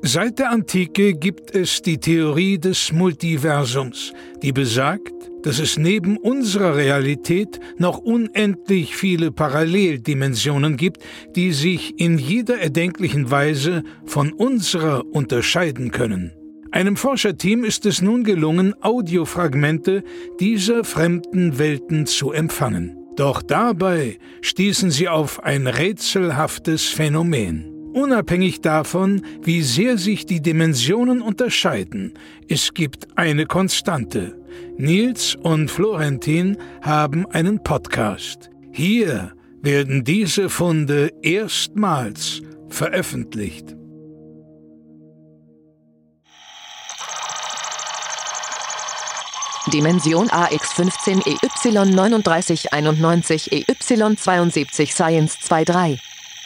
Seit der Antike gibt es die Theorie des Multiversums, die besagt, dass es neben unserer Realität noch unendlich viele Paralleldimensionen gibt, die sich in jeder erdenklichen Weise von unserer unterscheiden können. Einem Forscherteam ist es nun gelungen, Audiofragmente dieser fremden Welten zu empfangen. Doch dabei stießen sie auf ein rätselhaftes Phänomen. Unabhängig davon, wie sehr sich die Dimensionen unterscheiden, es gibt eine Konstante. Nils und Florentin haben einen Podcast. Hier werden diese Funde erstmals veröffentlicht. Dimension AX15 EY3991 EY72 Science 23.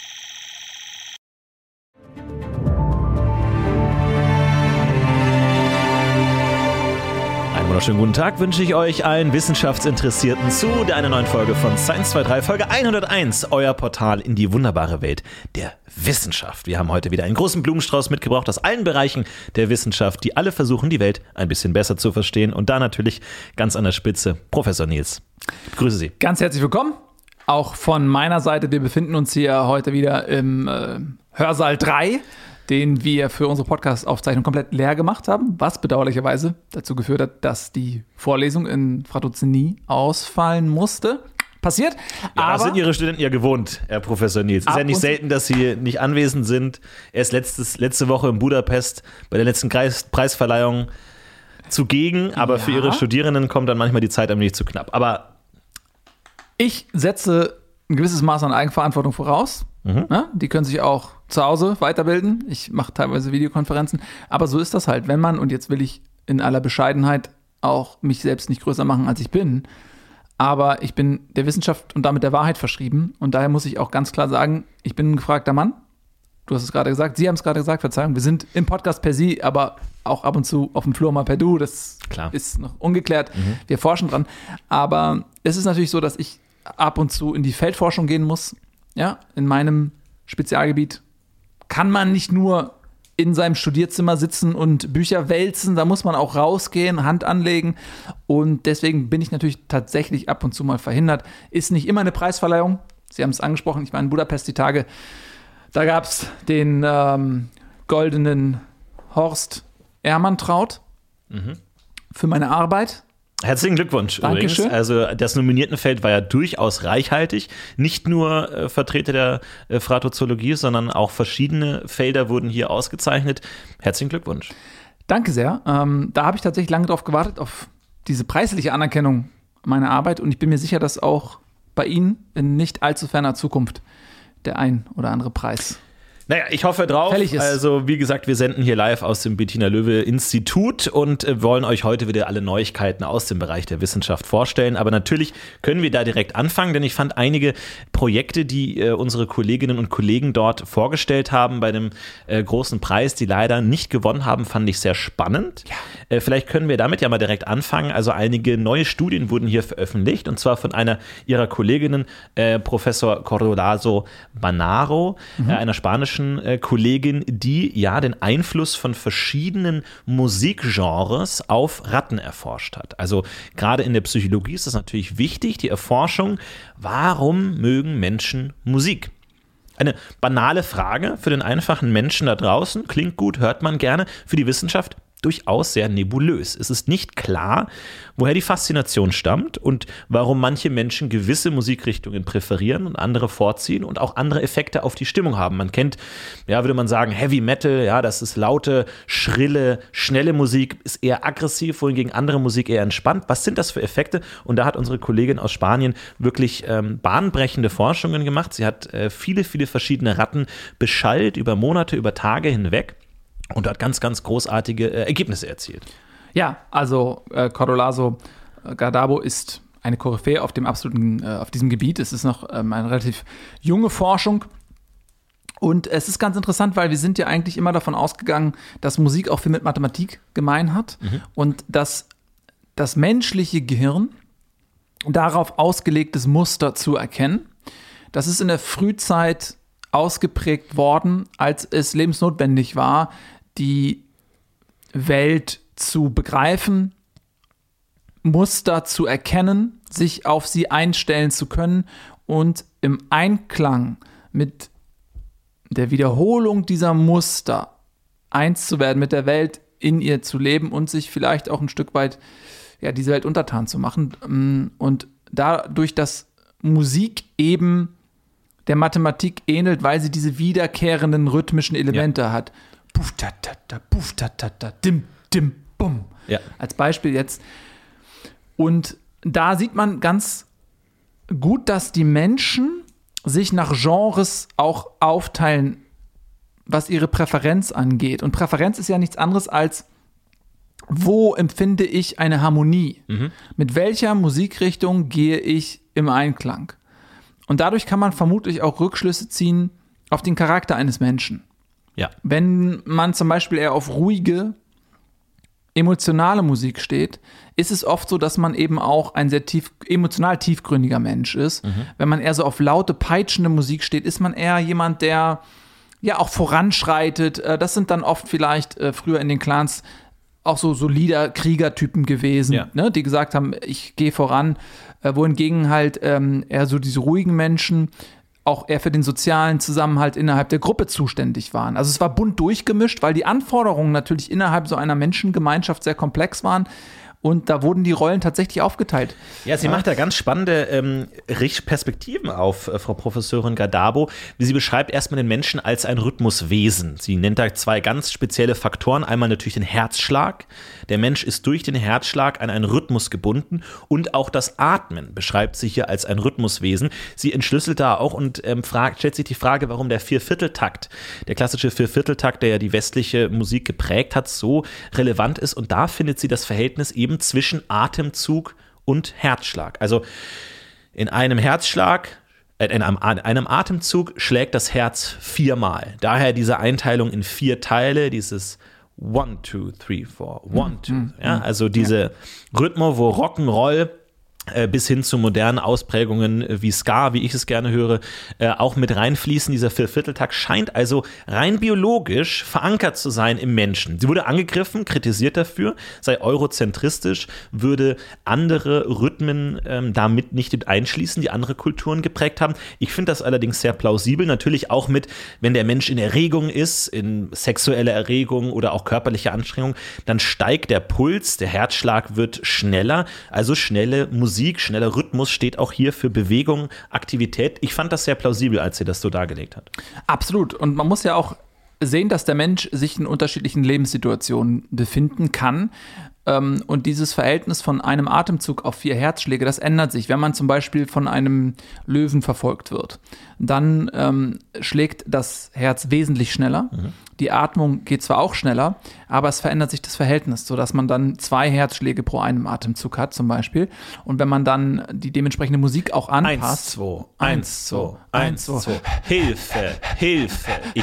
Schönen guten Tag wünsche ich euch allen Wissenschaftsinteressierten zu einer neuen Folge von Science 23, Folge 101, euer Portal in die wunderbare Welt der Wissenschaft. Wir haben heute wieder einen großen Blumenstrauß mitgebracht aus allen Bereichen der Wissenschaft, die alle versuchen, die Welt ein bisschen besser zu verstehen. Und da natürlich ganz an der Spitze Professor Nils. Ich begrüße Sie. Ganz herzlich willkommen. Auch von meiner Seite, wir befinden uns hier heute wieder im Hörsaal 3, den wir für unsere Podcast-Aufzeichnung komplett leer gemacht haben, was bedauerlicherweise dazu geführt hat, dass die Vorlesung in Fratuzini ausfallen musste. Passiert. Ja, aber das sind Ihre Studenten ja gewohnt, Herr Professor Nils. Es ist ja nicht selten, dass Sie nicht anwesend sind. Erst letzte Woche in Budapest bei der letzten Preisverleihung zugegen, aber für Ihre Studierenden kommt dann manchmal die Zeit ein wenig zu knapp. Aber ich setze ein gewisses Maß an Eigenverantwortung voraus. Na, die können sich auch zu Hause weiterbilden. Ich mache teilweise Videokonferenzen. Aber so ist das halt. Wenn man, und jetzt will ich in aller Bescheidenheit auch mich selbst nicht größer machen, als ich bin, aber ich bin der Wissenschaft und damit der Wahrheit verschrieben. Und daher muss ich auch ganz klar sagen, ich bin ein gefragter Mann. Du hast es gerade gesagt, Sie haben es gerade gesagt, Verzeihung. Wir sind im Podcast per Sie, aber auch ab und zu auf dem Flur mal per Du. Das ist noch ungeklärt. Wir forschen dran. Aber es ist natürlich so, dass ich ab und zu in die Feldforschung gehen muss. Ja, in meinem Spezialgebiet kann man nicht nur in seinem Studierzimmer sitzen und Bücher wälzen, da muss man auch rausgehen, Hand anlegen, und deswegen bin ich natürlich tatsächlich ab und zu mal verhindert. Ist nicht immer eine Preisverleihung, Sie haben es angesprochen, ich war in Budapest die Tage, da gab es den goldenen Horst Ehrmantraut für meine Arbeit. Herzlichen Glückwunsch. Dankeschön. Übrigens. Also das Nominiertenfeld war ja durchaus reichhaltig. Nicht nur Vertreter der Fratozologie, sondern auch verschiedene Felder wurden hier ausgezeichnet. Herzlichen Glückwunsch. Danke sehr. Da habe ich tatsächlich lange drauf gewartet, auf diese preisliche Anerkennung meiner Arbeit, und ich bin mir sicher, dass auch bei Ihnen in nicht allzu ferner Zukunft der ein oder andere Preis Naja, ich hoffe drauf. Fällig ist. Also wie gesagt, wir senden hier live aus dem Bettina-Löwe-Institut und wollen euch heute wieder alle Neuigkeiten aus dem Bereich der Wissenschaft vorstellen. Aber natürlich können wir da direkt anfangen, denn ich fand einige Projekte, die unsere Kolleginnen und Kollegen dort vorgestellt haben bei dem großen Preis, die leider nicht gewonnen haben, fand ich sehr spannend. Ja. Vielleicht können wir damit ja mal direkt anfangen. Also einige neue Studien wurden hier veröffentlicht, und zwar von einer ihrer Kolleginnen, Professor Cordolazo Banaro, einer spanischen Kollegin, die ja den Einfluss von verschiedenen Musikgenres auf Ratten erforscht hat. Also gerade in der Psychologie ist das natürlich wichtig, die Erforschung, warum mögen Menschen Musik? Eine banale Frage für den einfachen Menschen da draußen, klingt gut, hört man gerne, für die Wissenschaft durchaus sehr nebulös. Es ist nicht klar, woher die Faszination stammt und warum manche Menschen gewisse Musikrichtungen präferieren und andere vorziehen und auch andere Effekte auf die Stimmung haben. Man kennt, ja, würde man sagen, Heavy Metal, ja, das ist laute, schrille, schnelle Musik, ist eher aggressiv, wohingegen andere Musik eher entspannt. Was sind das für Effekte? Und da hat unsere Kollegin aus Spanien wirklich bahnbrechende Forschungen gemacht. Sie hat viele, viele verschiedene Ratten beschallt über Monate, über Tage hinweg. Und hat ganz, ganz großartige Ergebnisse erzielt. Ja, also Cordolazo Gardabo ist eine Koryphäe auf diesem Gebiet. Es ist noch eine relativ junge Forschung. Und es ist ganz interessant, weil wir sind ja eigentlich immer davon ausgegangen, dass Musik auch viel mit Mathematik gemein hat. Und dass das menschliche Gehirn darauf ausgelegtes Muster zu erkennen. Das ist in der Frühzeit ausgeprägt worden, als es lebensnotwendig war, die Welt zu begreifen, Muster zu erkennen, sich auf sie einstellen zu können und im Einklang mit der Wiederholung dieser Muster eins zu werden, mit der Welt in ihr zu leben und sich vielleicht auch ein Stück weit diese Welt untertan zu machen. Und dadurch, dass Musik eben der Mathematik ähnelt, weil sie diese wiederkehrenden rhythmischen Elemente hat. Puff, ta, ta, ta, puff, ta, ta, ta, dim, dim, bum. Ja. Als Beispiel jetzt. Und da sieht man ganz gut, dass die Menschen sich nach Genres auch aufteilen, was ihre Präferenz angeht. Und Präferenz ist ja nichts anderes als, wo empfinde ich eine Harmonie? Mit welcher Musikrichtung gehe ich im Einklang? Und dadurch kann man vermutlich auch Rückschlüsse ziehen auf den Charakter eines Menschen. Ja. Wenn man zum Beispiel eher auf ruhige, emotionale Musik steht, ist es oft so, dass man eben auch ein sehr emotional tiefgründiger Mensch ist. Wenn man eher so auf laute, peitschende Musik steht, ist man eher jemand, der ja auch voranschreitet. Das sind dann oft vielleicht früher in den Clans auch so solider Kriegertypen gewesen, ne, die gesagt haben, ich gehe voran, wohingegen halt eher so diese ruhigen Menschen auch eher für den sozialen Zusammenhalt innerhalb der Gruppe zuständig waren. Also es war bunt durchgemischt, weil die Anforderungen natürlich innerhalb so einer Menschengemeinschaft sehr komplex waren. Und da wurden die Rollen tatsächlich aufgeteilt. Ja, sie macht da ganz spannende Perspektiven auf, Frau Professorin Gadabo. Sie beschreibt erstmal den Menschen als ein Rhythmuswesen. Sie nennt da zwei ganz spezielle Faktoren. Einmal natürlich den Herzschlag. Der Mensch ist durch den Herzschlag an einen Rhythmus gebunden. Und auch das Atmen beschreibt sie hier als ein Rhythmuswesen. Sie entschlüsselt da auch und stellt sich die Frage, warum der Viervierteltakt, der klassische Viervierteltakt, der ja die westliche Musik geprägt hat, so relevant ist. Und da findet sie das Verhältnis eben zwischen Atemzug und Herzschlag. Also in einem Herzschlag, in einem Atemzug schlägt das Herz 4-mal. Daher diese Einteilung in 4 Teile, dieses 1, 2, 3, 4, 1, 2. Ja, also diese Rhythmus, wo Rock'n'Roll bis hin zu modernen Ausprägungen wie Ska, wie ich es gerne höre, auch mit reinfließen. Dieser Viervierteltakt scheint also rein biologisch verankert zu sein im Menschen. Sie wurde angegriffen, kritisiert dafür, sei eurozentristisch, würde andere Rhythmen damit nicht mit einschließen, die andere Kulturen geprägt haben. Ich finde das allerdings sehr plausibel, natürlich auch mit, wenn der Mensch in Erregung ist, in sexueller Erregung oder auch körperliche Anstrengung, dann steigt der Puls, der Herzschlag wird schneller, also schnelle Musik, schneller Rhythmus steht auch hier für Bewegung, Aktivität. Ich fand das sehr plausibel, als sie das so dargelegt hat. Absolut. Und man muss ja auch sehen, dass der Mensch sich in unterschiedlichen Lebenssituationen befinden kann. Und dieses Verhältnis von einem Atemzug auf 4 Herzschläge, das ändert sich. Wenn man zum Beispiel von einem Löwen verfolgt wird, dann schlägt das Herz wesentlich schneller. Die Atmung geht zwar auch schneller, aber es verändert sich das Verhältnis, sodass man dann 2 Herzschläge pro einem Atemzug hat zum Beispiel. Und wenn man dann die dementsprechende Musik auch anpasst. 1, 2, 1, 2, 1, 2. Hilfe, Hilfe, ich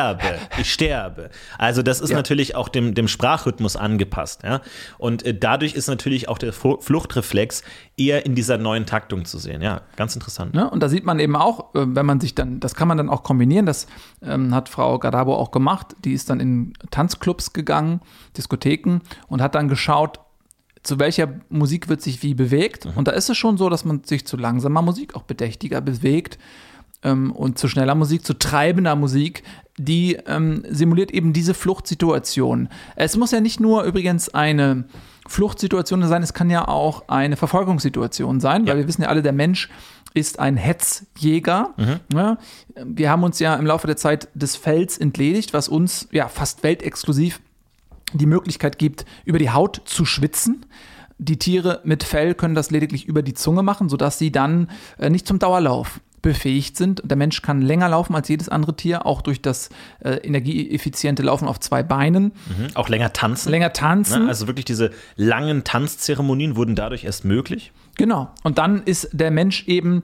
sterbe. Also das ist natürlich auch dem Sprachrhythmus angepasst. Ja? Und dadurch ist natürlich auch der Fluchtreflex eher in dieser neuen Taktung zu sehen. Ja, ganz interessant. Ja, und da sieht man eben auch, wenn man sich dann, das kann man dann auch kombinieren, das hat Frau Gadabo auch gemacht, die ist dann in Tanzclubs gegangen, Diskotheken und hat dann geschaut, zu welcher Musik wird sich wie bewegt. Und da ist es schon so, dass man sich zu langsamer Musik auch bedächtiger bewegt und zu schneller Musik, zu treibender Musik, die simuliert eben diese Fluchtsituation. Es muss ja nicht nur übrigens eine Fluchtsituation sein, es kann ja auch eine Verfolgungssituation sein, weil wir wissen ja alle, der Mensch ist ein Hetzjäger. Ja, wir haben uns ja im Laufe der Zeit des Fells entledigt, was uns ja fast weltexklusiv die Möglichkeit gibt, über die Haut zu schwitzen. Die Tiere mit Fell können das lediglich über die Zunge machen, sodass sie dann nicht zum Dauerlauf befähigt sind. Der Mensch kann länger laufen als jedes andere Tier, auch durch das energieeffiziente Laufen auf 2 Beinen. Auch länger tanzen. Ne? Also wirklich diese langen Tanzzeremonien wurden dadurch erst möglich. Genau. Und dann ist der Mensch eben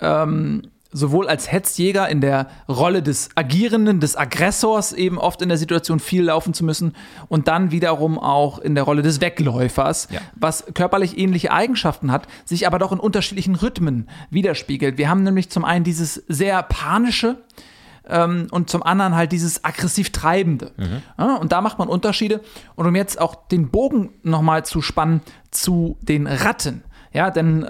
sowohl als Hetzjäger in der Rolle des Agierenden, des Aggressors eben oft in der Situation viel laufen zu müssen und dann wiederum auch in der Rolle des Wegläufers, was körperlich ähnliche Eigenschaften hat, sich aber doch in unterschiedlichen Rhythmen widerspiegelt. Wir haben nämlich zum einen dieses sehr panische, und zum anderen halt dieses aggressiv Treibende. Ja, und da macht man Unterschiede. Und um jetzt auch den Bogen nochmal zu spannen zu den Ratten. Ja, denn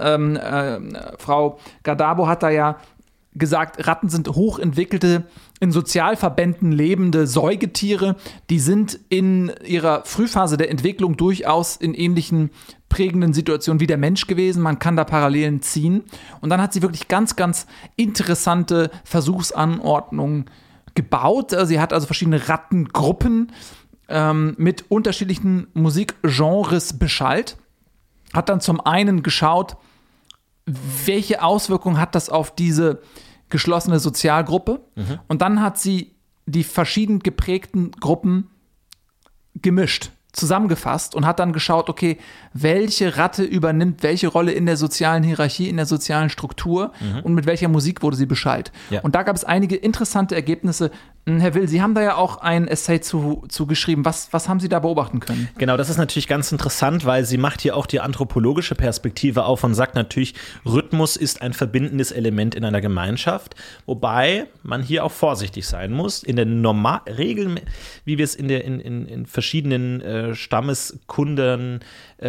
Frau Gadabo hat da ja gesagt, Ratten sind hochentwickelte, in Sozialverbänden lebende Säugetiere. Die sind in ihrer Frühphase der Entwicklung durchaus in ähnlichen prägenden Situationen wie der Mensch gewesen. Man kann da Parallelen ziehen. Und dann hat sie wirklich ganz, ganz interessante Versuchsanordnungen gebaut. Sie hat also verschiedene Rattengruppen mit unterschiedlichen Musikgenres beschallt. Hat dann zum einen geschaut, welche Auswirkungen hat das auf diese geschlossene Sozialgruppe? Und dann hat sie die verschieden geprägten Gruppen gemischt, zusammengefasst und hat dann geschaut, okay, welche Ratte übernimmt welche Rolle in der sozialen Hierarchie, in der sozialen Struktur und mit welcher Musik wurde sie beschallt. Ja. Und da gab es einige interessante Ergebnisse. Herr Will, Sie haben da ja auch ein Essay zu geschrieben. Was haben Sie da beobachten können? Genau, das ist natürlich ganz interessant, weil sie macht hier auch die anthropologische Perspektive auf und sagt natürlich, Rhythmus ist ein verbindendes Element in einer Gemeinschaft, wobei man hier auch vorsichtig sein muss. In der Regel, wie wir es in verschiedenen stammeskundigen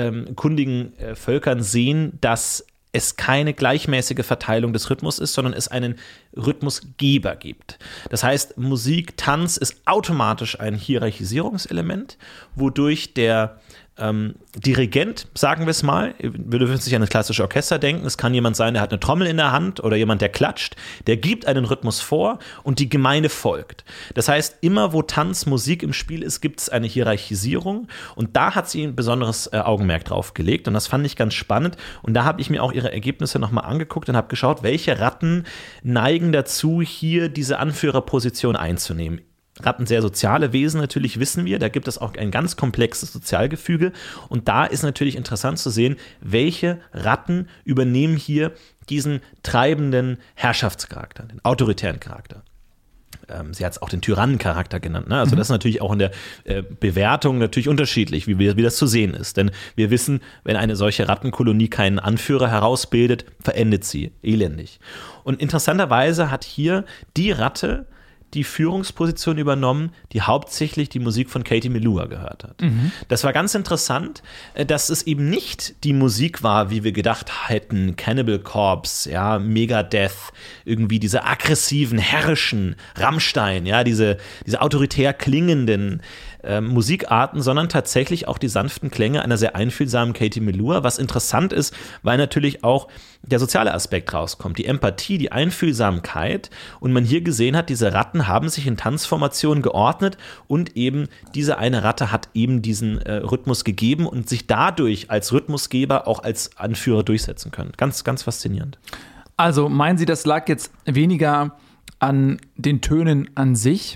Völkern sehen, dass es keine gleichmäßige Verteilung des Rhythmus ist, sondern es einen Rhythmusgeber gibt. Das heißt, Musik, Tanz ist automatisch ein Hierarchisierungselement, wodurch der Dirigent, sagen wir es mal, wir dürfen sich an das klassische Orchester denken, es kann jemand sein, der hat eine Trommel in der Hand oder jemand, der klatscht, der gibt einen Rhythmus vor und die Gemeinde folgt. Das heißt, immer wo Tanz, Musik im Spiel ist, gibt es eine Hierarchisierung und da hat sie ein besonderes Augenmerk drauf gelegt und das fand ich ganz spannend und da habe ich mir auch ihre Ergebnisse nochmal angeguckt und habe geschaut, welche Ratten neigen dazu, hier diese Anführerposition einzunehmen. Ratten sehr soziale Wesen, natürlich wissen wir, da gibt es auch ein ganz komplexes Sozialgefüge und da ist natürlich interessant zu sehen, welche Ratten übernehmen hier diesen treibenden Herrschaftscharakter, den autoritären Charakter. Sie hat es auch den Tyrannencharakter genannt. Ne? Also das ist natürlich auch in der Bewertung natürlich unterschiedlich, wie das zu sehen ist. Denn wir wissen, wenn eine solche Rattenkolonie keinen Anführer herausbildet, verendet sie elendig. Und interessanterweise hat hier die Ratte die Führungsposition übernommen, die hauptsächlich die Musik von Katie Melua gehört hat. Das war ganz interessant, dass es eben nicht die Musik war, wie wir gedacht hätten, Cannibal Corpse, ja, Megadeth, irgendwie diese aggressiven, herrischen Rammstein, ja, diese autoritär klingenden Musikarten, sondern tatsächlich auch die sanften Klänge einer sehr einfühlsamen Katie Melua, was interessant ist, weil natürlich auch der soziale Aspekt rauskommt, die Empathie, die Einfühlsamkeit und man hier gesehen hat, diese Ratten haben sich in Tanzformationen geordnet und eben diese eine Ratte hat eben diesen Rhythmus gegeben und sich dadurch als Rhythmusgeber auch als Anführer durchsetzen können. Ganz, ganz faszinierend. Also meinen Sie, das lag jetzt weniger an den Tönen an sich,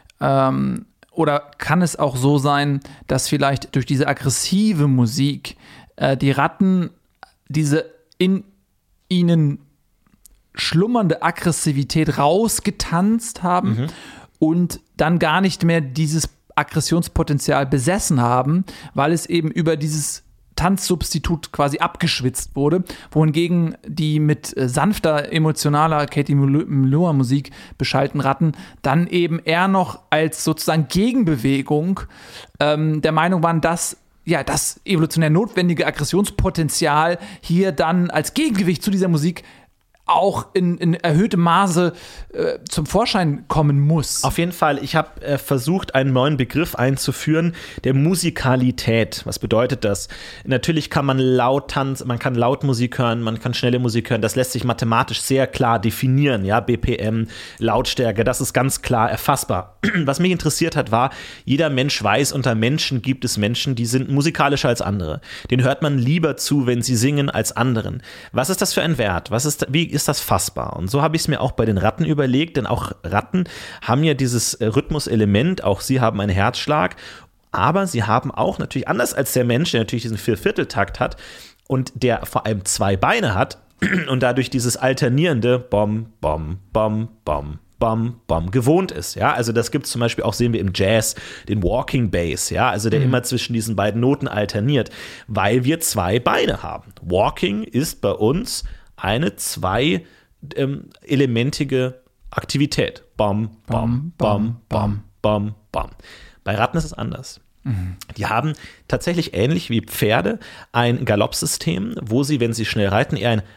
oder kann es auch so sein, dass vielleicht durch diese aggressive Musik die Ratten diese in ihnen schlummernde Aggressivität rausgetanzt haben und dann gar nicht mehr dieses Aggressionspotenzial besessen haben, weil es eben über dieses Tanzsubstitut quasi abgeschwitzt wurde, wohingegen die mit sanfter, emotionaler Katie Melua Musik beschallten Ratten dann eben eher noch als sozusagen Gegenbewegung der Meinung waren, dass ja, das evolutionär notwendige Aggressionspotenzial hier dann als Gegengewicht zu dieser Musik auch in erhöhtem Maße zum Vorschein kommen muss. Auf jeden Fall. Ich habe versucht, einen neuen Begriff einzuführen, der Musikalität. Was bedeutet das? Natürlich kann man laut tanzen, man kann laut Musik hören, man kann schnelle Musik hören. Das lässt sich mathematisch sehr klar definieren. Ja, BPM, Lautstärke, das ist ganz klar erfassbar. Was mich interessiert hat, war, jeder Mensch weiß, unter Menschen gibt es Menschen, die sind musikalischer als andere. Den hört man lieber zu, wenn sie singen, als anderen. Was ist das für ein Wert? Wie ist das fassbar? Und so habe ich es mir auch bei den Ratten überlegt, denn auch Ratten haben ja dieses Rhythmuselement, auch sie haben einen Herzschlag, aber sie haben auch natürlich, anders als der Mensch, der natürlich diesen Viervierteltakt hat und der vor allem zwei Beine hat und dadurch dieses alternierende Bom, Bom, Bom, Bom, Bom, Bom gewohnt ist, ja, also das gibt es zum Beispiel auch, sehen wir im Jazz, den Walking Bass, ja, also der immer zwischen diesen beiden Noten alterniert, weil wir zwei Beine haben. Walking ist bei uns eine zwei elementige Aktivität. Bam, bam, bam, bam, bam, bam. Bei Ratten ist es anders. Die haben tatsächlich ähnlich wie Pferde ein Galoppsystem, wo sie, wenn sie schnell reiten, eher ein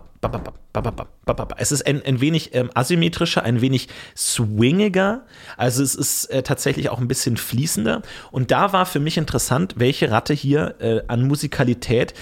es ist ein wenig asymmetrischer, ein wenig swingiger, also es ist tatsächlich auch ein bisschen fließender. Und da war für mich interessant, welche Ratte hier an Musikalität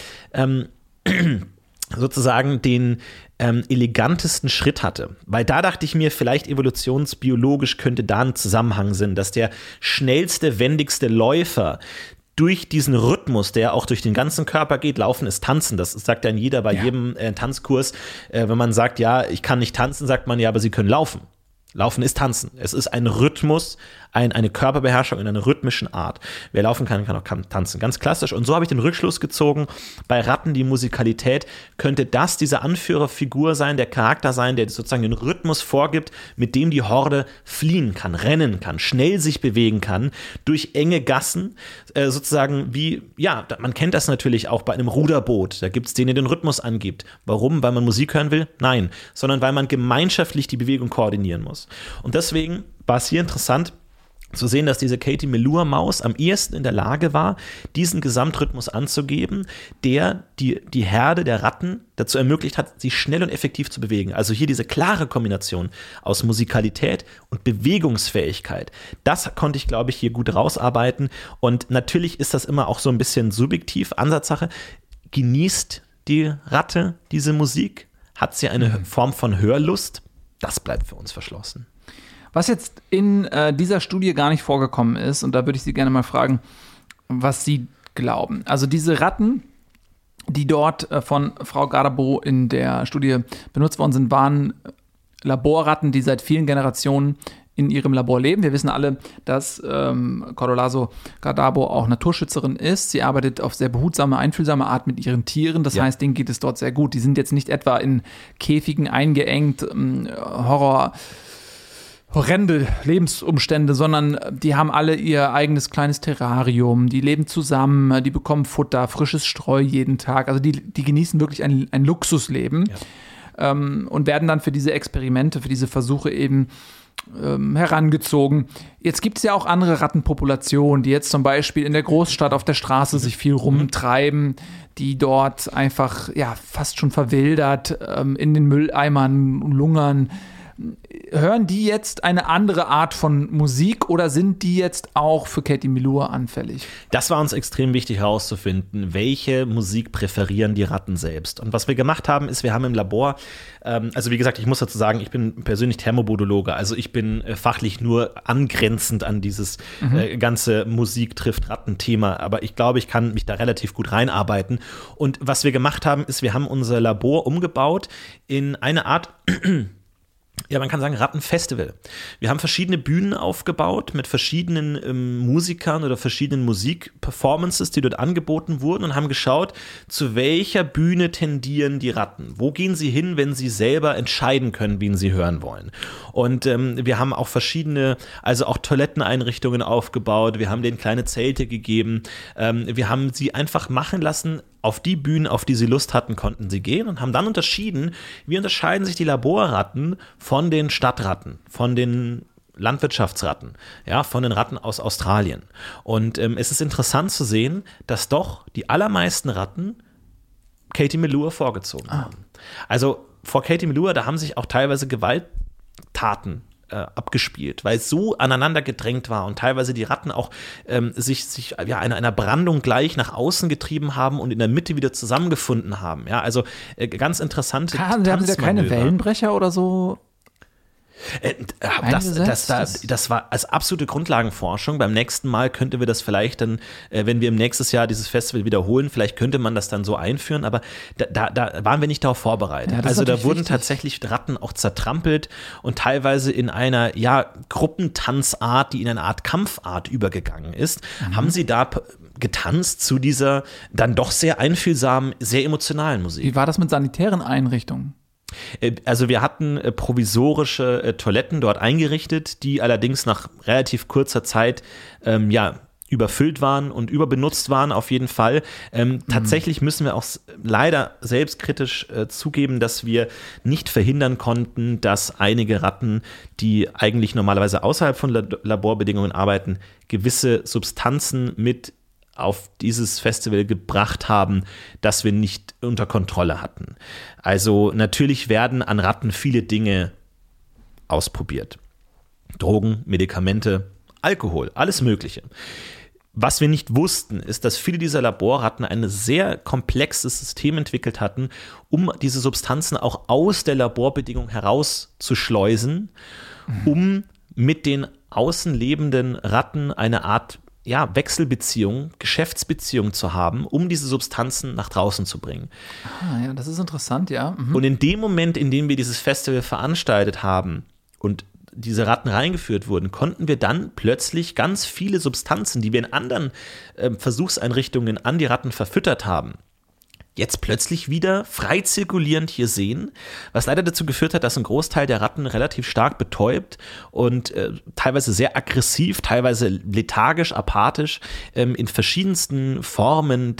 sozusagen den elegantesten Schritt hatte. Weil da dachte ich mir, vielleicht evolutionsbiologisch könnte da ein Zusammenhang sein, dass der schnellste, wendigste Läufer durch diesen Rhythmus, der auch durch den ganzen Körper geht, Laufen ist Tanzen. Das sagt dann jeder bei jedem Tanzkurs. Wenn man sagt, ja, ich kann nicht tanzen, sagt man, ja, aber Sie können laufen. Laufen ist Tanzen. Es ist ein Rhythmus, eine Körperbeherrschung in einer rhythmischen Art. Wer laufen kann, kann auch tanzen. Ganz klassisch. Und so habe ich den Rückschluss gezogen, bei Ratten die Musikalität, könnte das diese Anführerfigur sein, der Charakter sein, der sozusagen den Rhythmus vorgibt, mit dem die Horde fliehen kann, rennen kann, schnell sich bewegen kann, durch enge Gassen, sozusagen wie, ja, man kennt das natürlich auch bei einem Ruderboot. Da gibt es den, der den Rhythmus angibt. Warum? Weil man Musik hören will? Nein. Sondern weil man gemeinschaftlich die Bewegung koordinieren muss. Und deswegen war es hier interessant zu sehen, dass diese Katie Melua-Maus am ehesten in der Lage war, diesen Gesamtrhythmus anzugeben, der die Herde der Ratten dazu ermöglicht hat, sich schnell und effektiv zu bewegen. Also hier diese klare Kombination aus Musikalität und Bewegungsfähigkeit. Das konnte ich, glaube ich, hier gut rausarbeiten. Und natürlich ist das immer auch so ein bisschen subjektiv, Ansatzsache. Genießt die Ratte diese Musik? Hat sie eine Form von Hörlust? Das bleibt für uns verschlossen. Was jetzt in dieser Studie gar nicht vorgekommen ist, und da würde ich Sie gerne mal fragen, was Sie glauben. Also diese Ratten, die dort von Frau Garabo in der Studie benutzt worden sind, waren Laborratten, die seit vielen Generationen in ihrem Labor leben. Wir wissen alle, dass Cortolazo Garabo auch Naturschützerin ist. Sie arbeitet auf sehr behutsame, einfühlsame Art mit ihren Tieren. Das heißt, denen geht es dort sehr gut. Die sind jetzt nicht etwa in Käfigen eingeengt, horrende Lebensumstände, sondern die haben alle ihr eigenes kleines Terrarium, die leben zusammen, die bekommen Futter, frisches Streu jeden Tag, also die genießen wirklich ein Luxusleben und werden dann für diese Experimente, für diese Versuche eben herangezogen. Jetzt gibt es ja auch andere Rattenpopulationen, die jetzt zum Beispiel in der Großstadt auf der Straße sich viel rumtreiben, die dort einfach fast schon verwildert in den Mülleimern lungern. Hören die jetzt eine andere Art von Musik oder sind die jetzt auch für Katie Melua anfällig? Das war uns extrem wichtig herauszufinden, welche Musik präferieren die Ratten selbst. Und was wir gemacht haben, ist, wir haben im Labor, also wie gesagt, ich muss dazu sagen, ich bin persönlich Thermobodologe, also ich bin fachlich nur angrenzend an dieses ganze Musik trifft Ratten-Thema, aber ich glaube, ich kann mich da relativ gut reinarbeiten. Und was wir gemacht haben, ist, wir haben unser Labor umgebaut in eine Art man kann sagen, Rattenfestival. Wir haben verschiedene Bühnen aufgebaut mit verschiedenen Musikern oder verschiedenen Musikperformances, die dort angeboten wurden und haben geschaut, zu welcher Bühne tendieren die Ratten. Wo gehen sie hin, wenn sie selber entscheiden können, wen sie hören wollen. Und wir haben auch verschiedene, also auch Toiletteneinrichtungen aufgebaut. Wir haben denen kleine Zelte gegeben. Wir haben sie einfach machen lassen. Auf die Bühnen, auf die sie Lust hatten, konnten sie gehen und haben dann unterschieden, wie unterscheiden sich die Laborratten von den Stadtratten, von den Landwirtschaftsratten, von den Ratten aus Australien. Und es ist interessant zu sehen, dass doch die allermeisten Ratten Katie Melua vorgezogen haben. Also vor Katie Melua, da haben sich auch teilweise Gewalttaten abgespielt, weil es so aneinander gedrängt war und teilweise die Ratten auch sich einer Brandung gleich nach außen getrieben haben und in der Mitte wieder zusammengefunden haben. Ja, also ganz interessante Tanzmanöver. Haben Sie da keine Wellenbrecher oder so? Das war als absolute Grundlagenforschung. Beim nächsten Mal könnten wir das vielleicht dann, wenn wir im nächsten Jahr dieses Festival wiederholen, vielleicht könnte man das dann so einführen, aber da waren wir nicht darauf vorbereitet. Ja, also da wurden tatsächlich Ratten auch zertrampelt und teilweise in einer Gruppentanzart, die in eine Art Kampfart übergegangen ist, haben sie da getanzt zu dieser dann doch sehr einfühlsamen, sehr emotionalen Musik. Wie war das mit sanitären Einrichtungen? Also wir hatten provisorische Toiletten dort eingerichtet, die allerdings nach relativ kurzer Zeit überfüllt waren und überbenutzt waren auf jeden Fall. Tatsächlich müssen wir auch leider selbstkritisch zugeben, dass wir nicht verhindern konnten, dass einige Ratten, die eigentlich normalerweise außerhalb von Laborbedingungen arbeiten, gewisse Substanzen mit auf dieses Festival gebracht haben, das wir nicht unter Kontrolle hatten. Also natürlich werden an Ratten viele Dinge ausprobiert. Drogen, Medikamente, Alkohol, alles Mögliche. Was wir nicht wussten, ist, dass viele dieser Laborratten ein sehr komplexes System entwickelt hatten, um diese Substanzen auch aus der Laborbedingung herauszuschleusen, um mit den außen lebenden Ratten eine Art Wechselbeziehung, Geschäftsbeziehung zu haben, um diese Substanzen nach draußen zu bringen. Ah, ja, das ist interessant, ja. Mhm. Und in dem Moment, in dem wir dieses Festival veranstaltet haben und diese Ratten reingeführt wurden, konnten wir dann plötzlich ganz viele Substanzen, die wir in anderen Versuchseinrichtungen an die Ratten verfüttert haben, jetzt plötzlich wieder frei zirkulierend hier sehen, was leider dazu geführt hat, dass ein Großteil der Ratten relativ stark betäubt und teilweise sehr aggressiv, teilweise lethargisch, apathisch, in verschiedensten Formen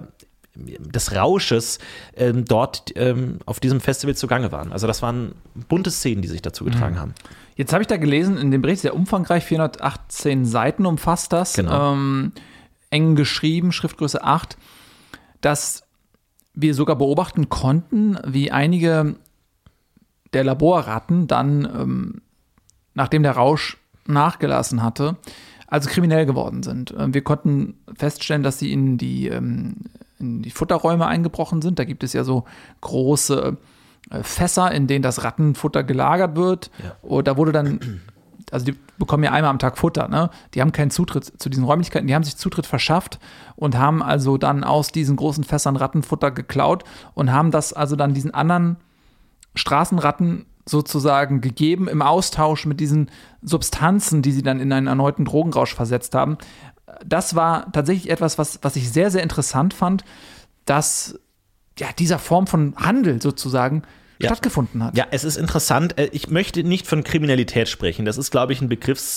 des Rausches dort auf diesem Festival zugange waren. Also das waren bunte Szenen, die sich dazu getragen haben. Jetzt habe ich da gelesen, in dem Bericht, sehr umfangreich, 418 Seiten umfasst das, genau. Eng geschrieben, Schriftgröße 8, dass wir sogar beobachten konnten, wie einige der Laborratten dann, nachdem der Rausch nachgelassen hatte, also kriminell geworden sind. Wir konnten feststellen, dass sie in die Futterräume eingebrochen sind. Da gibt es ja so große Fässer, in denen das Rattenfutter gelagert wird. Ja. Und da wurde dann, also die bekommen ja einmal am Tag Futter, ne? Die haben keinen Zutritt zu diesen Räumlichkeiten, die haben sich Zutritt verschafft und haben also dann aus diesen großen Fässern Rattenfutter geklaut und haben das also dann diesen anderen Straßenratten sozusagen gegeben im Austausch mit diesen Substanzen, die sie dann in einen erneuten Drogenrausch versetzt haben. Das war tatsächlich etwas, was ich sehr, sehr interessant fand, dass dieser Form von Handel sozusagen stattgefunden hat. Ja, es ist interessant. Ich möchte nicht von Kriminalität sprechen. Das ist, glaube ich, ein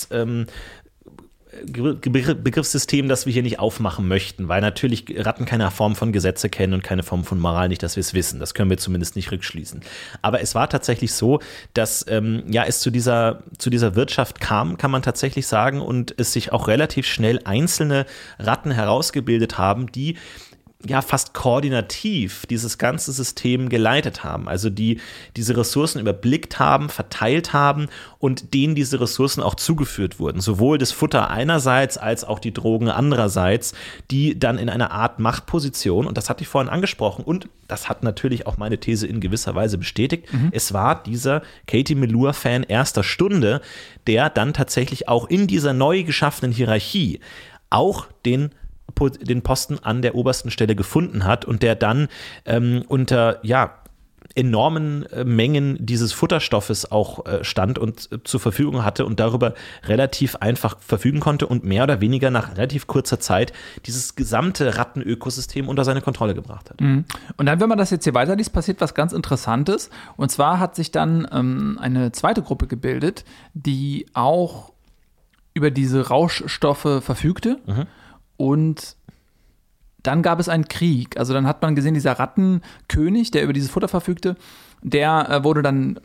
Begriffssystem, das wir hier nicht aufmachen möchten, weil natürlich Ratten keine Form von Gesetze kennen und keine Form von Moral, nicht, dass wir es wissen. Das können wir zumindest nicht rückschließen. Aber es war tatsächlich so, dass es zu dieser Wirtschaft kam, kann man tatsächlich sagen, und es sich auch relativ schnell einzelne Ratten herausgebildet haben, die fast koordinativ dieses ganze System geleitet haben, also die diese Ressourcen überblickt haben, verteilt haben und denen diese Ressourcen auch zugeführt wurden, sowohl das Futter einerseits als auch die Drogen andererseits, die dann in einer Art Machtposition, und das hatte ich vorhin angesprochen und das hat natürlich auch meine These in gewisser Weise bestätigt, es war dieser Katie Melua-Fan erster Stunde, der dann tatsächlich auch in dieser neu geschaffenen Hierarchie auch den Posten an der obersten Stelle gefunden hat und der dann unter enormen Mengen dieses Futterstoffes auch stand und zur Verfügung hatte und darüber relativ einfach verfügen konnte und mehr oder weniger nach relativ kurzer Zeit dieses gesamte Rattenökosystem unter seine Kontrolle gebracht hat. Und dann, wenn man das jetzt hier weiterliest, passiert was ganz Interessantes. Und zwar hat sich dann eine zweite Gruppe gebildet, die auch über diese Rauschstoffe verfügte. Und dann gab es einen Krieg. Also dann hat man gesehen, dieser Rattenkönig, der über dieses Futter verfügte, der wurde dann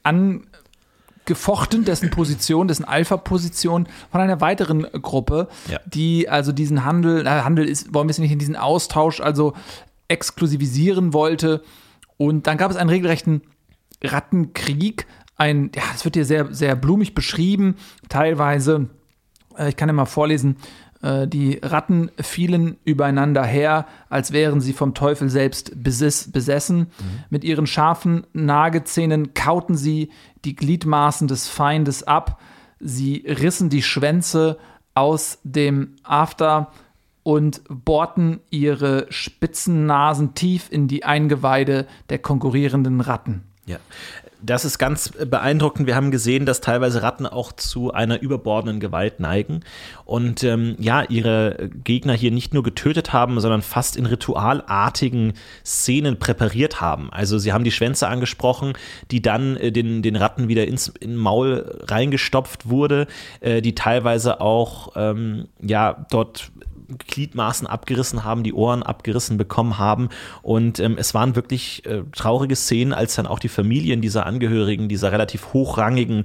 angefochten, dessen Alpha-Position von einer weiteren Gruppe, die also diesen wollen wir es nicht, in diesen Austausch also exklusivisieren wollte. Und dann gab es einen regelrechten Rattenkrieg. Das wird hier sehr, sehr blumig beschrieben, teilweise. Ich kann ja mal vorlesen. Die Ratten fielen übereinander her, als wären sie vom Teufel selbst besessen. Mit ihren scharfen Nagezähnen kauten sie die Gliedmaßen des Feindes ab. Sie rissen die Schwänze aus dem After und bohrten ihre spitzen Nasen tief in die Eingeweide der konkurrierenden Ratten. Ja. Das ist ganz beeindruckend. Wir haben gesehen, dass teilweise Ratten auch zu einer überbordenden Gewalt neigen und ihre Gegner hier nicht nur getötet haben, sondern fast in ritualartigen Szenen präpariert haben. Also sie haben die Schwänze angesprochen, die dann den Ratten wieder ins Maul reingestopft wurde, die teilweise auch dort Gliedmaßen abgerissen haben, die Ohren abgerissen bekommen haben und es waren wirklich traurige Szenen, als dann auch die Familien dieser Angehörigen, dieser relativ hochrangigen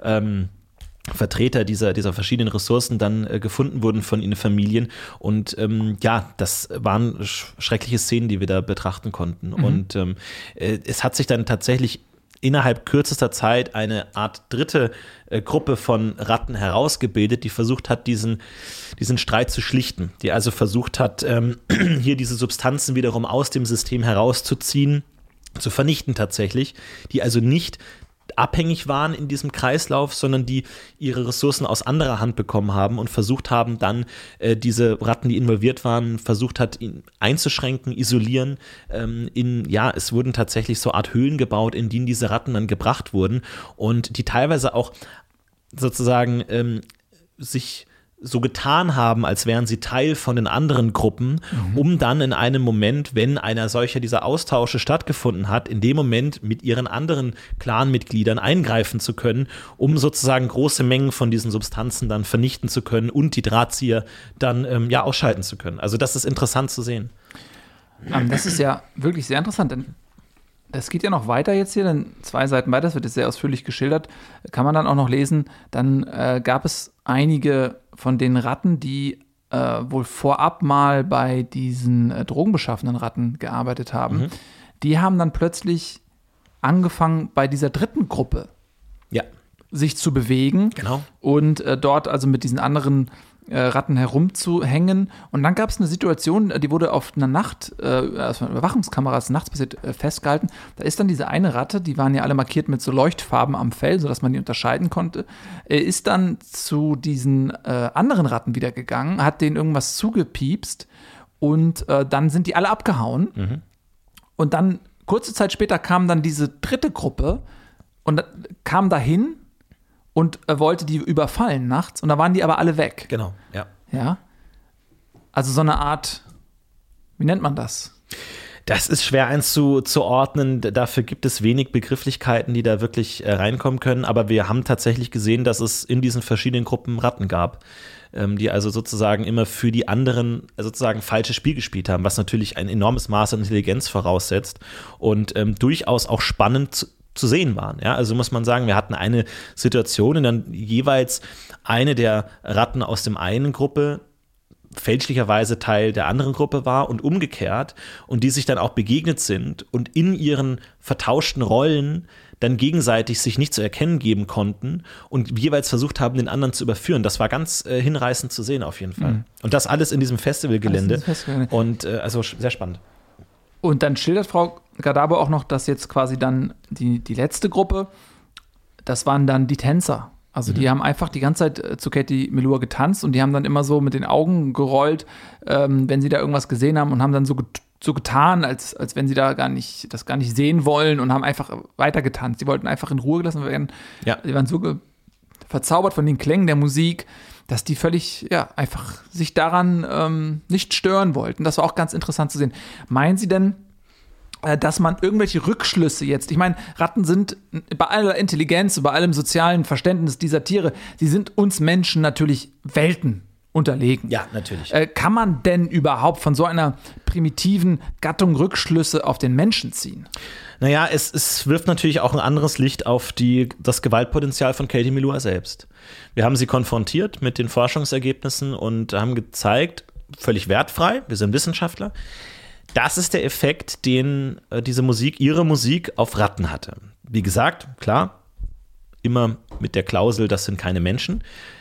Vertreter dieser verschiedenen Ressourcen dann gefunden wurden von ihren Familien und das waren schreckliche Szenen, die wir da betrachten konnten und es hat sich dann tatsächlich innerhalb kürzester Zeit eine Art dritte Gruppe von Ratten herausgebildet, die versucht hat, diesen Streit zu schlichten, die also versucht hat, hier diese Substanzen wiederum aus dem System herauszuziehen, zu vernichten tatsächlich, die also nicht abhängig waren in diesem Kreislauf, sondern die ihre Ressourcen aus anderer Hand bekommen haben und versucht haben, dann diese Ratten, die involviert waren, versucht hat, ihn einzuschränken, isolieren. Es wurden tatsächlich so Art Höhlen gebaut, in denen diese Ratten dann gebracht wurden und die teilweise auch sozusagen sich so getan haben, als wären sie Teil von den anderen Gruppen, um dann in einem Moment, wenn einer solcher dieser Austausche stattgefunden hat, in dem Moment mit ihren anderen Clanmitgliedern eingreifen zu können, um sozusagen große Mengen von diesen Substanzen dann vernichten zu können und die Drahtzieher dann ausschalten zu können. Also das ist interessant zu sehen. Das ist ja wirklich sehr interessant, denn es geht ja noch weiter jetzt hier, denn 2 Seiten weiter, das wird jetzt sehr ausführlich geschildert, kann man dann auch noch lesen, dann gab es einige von den Ratten, die wohl vorab mal bei diesen drogenbeschaffenen Ratten gearbeitet haben, die haben dann plötzlich angefangen, bei dieser dritten Gruppe sich zu bewegen und dort also mit diesen anderen Ratten herumzuhängen. Und dann gab es eine Situation, die wurde auf einer aus Überwachungskameras nachts passiert, festgehalten. Da ist dann diese eine Ratte, die waren ja alle markiert mit so Leuchtfarben am Fell, sodass man die unterscheiden konnte, ist dann zu diesen anderen Ratten wieder gegangen, hat denen irgendwas zugepiepst und dann sind die alle abgehauen. Und dann, kurze Zeit später, kam dann diese dritte Gruppe und kam dahin und wollte die überfallen nachts und da waren die aber alle weg. Genau, Ja. Also so eine Art, wie nennt man das? Das ist schwer einzuordnen, dafür gibt es wenig Begrifflichkeiten, die da wirklich reinkommen können, aber wir haben tatsächlich gesehen, dass es in diesen verschiedenen Gruppen Ratten gab, die also sozusagen immer für die anderen sozusagen falsches Spiel gespielt haben, was natürlich ein enormes Maß an Intelligenz voraussetzt und durchaus auch spannend zu sehen waren. Ja? Also muss man sagen, wir hatten eine Situation, in der jeweils eine der Ratten aus dem einen Gruppe fälschlicherweise Teil der anderen Gruppe war und umgekehrt und die sich dann auch begegnet sind und in ihren vertauschten Rollen dann gegenseitig sich nicht zu erkennen geben konnten und jeweils versucht haben, den anderen zu überführen. Das war ganz hinreißend zu sehen auf jeden Fall. Und das alles in diesem Festivalgelände. Und also sehr spannend. Und dann schildert Frau Gadabo auch noch, dass jetzt quasi dann die letzte Gruppe, das waren dann die Tänzer. Also die haben einfach die ganze Zeit zu Katie Melua getanzt und die haben dann immer so mit den Augen gerollt, wenn sie da irgendwas gesehen haben und haben dann so getan, als wenn sie da das gar nicht sehen wollen und haben einfach weiter getanzt. Die wollten einfach in Ruhe gelassen werden. Ja. Die waren so verzaubert von den Klängen der Musik, dass die völlig, einfach sich daran nicht stören wollten. Das war auch ganz interessant zu sehen. Meinen Sie denn, dass man irgendwelche Rückschlüsse jetzt, ich meine, Ratten sind bei aller Intelligenz, bei allem sozialen Verständnis dieser Tiere, sie sind uns Menschen natürlich Welten unterlegen. Ja, natürlich. Kann man denn überhaupt von so einer primitiven Gattung Rückschlüsse auf den Menschen ziehen? Naja, es wirft natürlich auch ein anderes Licht auf das Gewaltpotenzial von Katie Melua selbst. Wir haben sie konfrontiert mit den Forschungsergebnissen und haben gezeigt, völlig wertfrei, wir sind Wissenschaftler, das ist der Effekt, den ihre Musik auf Ratten hatte. Wie gesagt, klar, immer mit der Klausel, das sind keine Menschen,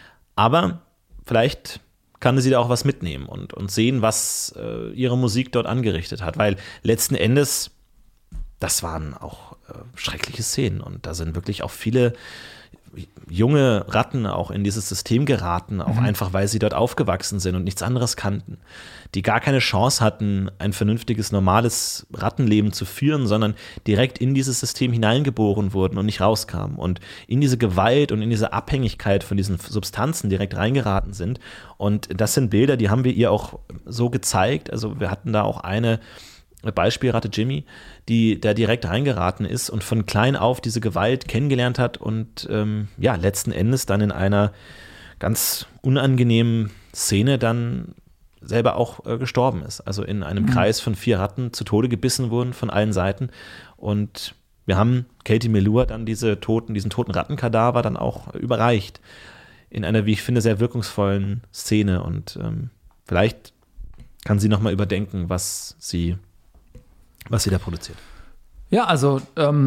aber vielleicht kann sie da auch was mitnehmen und sehen, was ihre Musik dort angerichtet hat, weil letzten Endes, das waren auch schreckliche Szenen und da sind wirklich auch viele junge Ratten auch in dieses System geraten, auch einfach, weil sie dort aufgewachsen sind und nichts anderes kannten, die gar keine Chance hatten, ein vernünftiges, normales Rattenleben zu führen, sondern direkt in dieses System hineingeboren wurden und nicht rauskamen und in diese Gewalt und in diese Abhängigkeit von diesen Substanzen direkt reingeraten sind. Und das sind Bilder, die haben wir ihr auch so gezeigt. Also wir hatten da auch eine Beispielratte Jimmy, die da direkt reingeraten ist und von klein auf diese Gewalt kennengelernt hat und letzten Endes dann in einer ganz unangenehmen Szene dann selber auch gestorben ist. Also in einem Kreis von 4 Ratten zu Tode gebissen wurden von allen Seiten. Und wir haben Katie Melua dann diesen toten Rattenkadaver dann auch überreicht in einer, wie ich finde, sehr wirkungsvollen Szene. Und vielleicht kann sie nochmal überdenken, was sie da produziert. Ja, also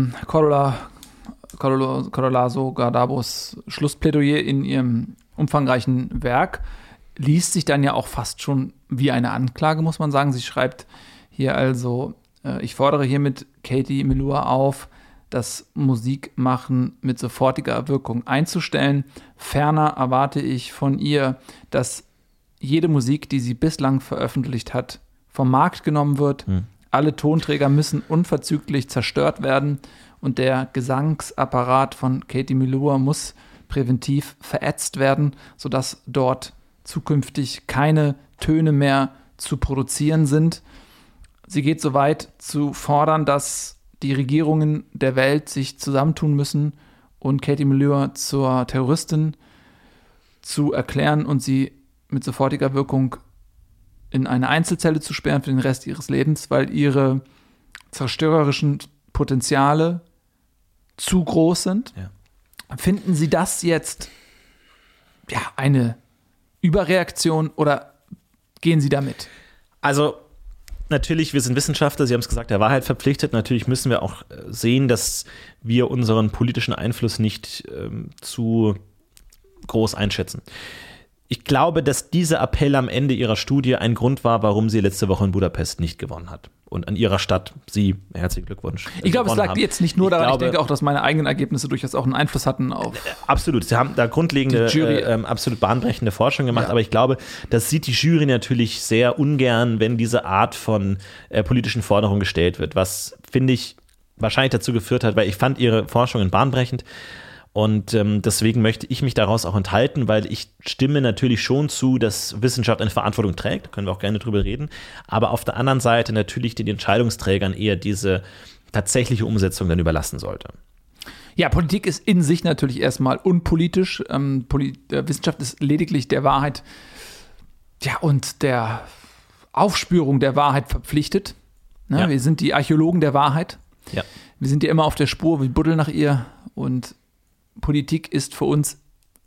Corrolazo Gardabos Schlussplädoyer in ihrem umfangreichen Werk liest sich dann ja auch fast schon wie eine Anklage, muss man sagen. Sie schreibt hier also, ich fordere hiermit Katie Melua auf, das Musikmachen mit sofortiger Wirkung einzustellen. Ferner erwarte ich von ihr, dass jede Musik, die sie bislang veröffentlicht hat, vom Markt genommen wird. Alle Tonträger müssen unverzüglich zerstört werden und der Gesangsapparat von Katie Melua muss präventiv verätzt werden, sodass dort zukünftig keine Töne mehr zu produzieren sind. Sie geht so weit zu fordern, dass die Regierungen der Welt sich zusammentun müssen und Katie Melua zur Terroristin zu erklären und sie mit sofortiger Wirkung in eine Einzelzelle zu sperren für den Rest ihres Lebens, weil ihre zerstörerischen Potenziale zu groß sind. Ja. Finden Sie das jetzt eine Überreaktion oder gehen Sie damit? Also natürlich, wir sind Wissenschaftler, Sie haben es gesagt, der Wahrheit verpflichtet. Natürlich müssen wir auch sehen, dass wir unseren politischen Einfluss nicht zu groß einschätzen. Ich glaube, dass dieser Appell am Ende ihrer Studie ein Grund war, warum sie letzte Woche in Budapest nicht gewonnen hat. Und an ihrer Stadt, herzlichen Glückwunsch. Ich glaube, es lag jetzt nicht nur daran, ich denke auch, dass meine eigenen Ergebnisse durchaus auch einen Einfluss hatten auf. Absolut, sie haben da grundlegende, absolut bahnbrechende Forschung gemacht, aber ich glaube, das sieht die Jury natürlich sehr ungern, wenn diese Art von politischen Forderungen gestellt wird, was, finde ich, wahrscheinlich dazu geführt hat, weil ich fand ihre Forschungen bahnbrechend. Und deswegen möchte ich mich daraus auch enthalten, weil ich stimme natürlich schon zu, dass Wissenschaft eine Verantwortung trägt, da können wir auch gerne drüber reden, aber auf der anderen Seite natürlich den Entscheidungsträgern eher diese tatsächliche Umsetzung dann überlassen sollte. Ja, Politik ist in sich natürlich erstmal unpolitisch. Wissenschaft ist lediglich der Wahrheit und der Aufspürung der Wahrheit verpflichtet. Ne? Ja. Wir sind die Archäologen der Wahrheit. Ja. Wir sind ja immer auf der Spur, wir buddeln nach ihr und Politik ist für uns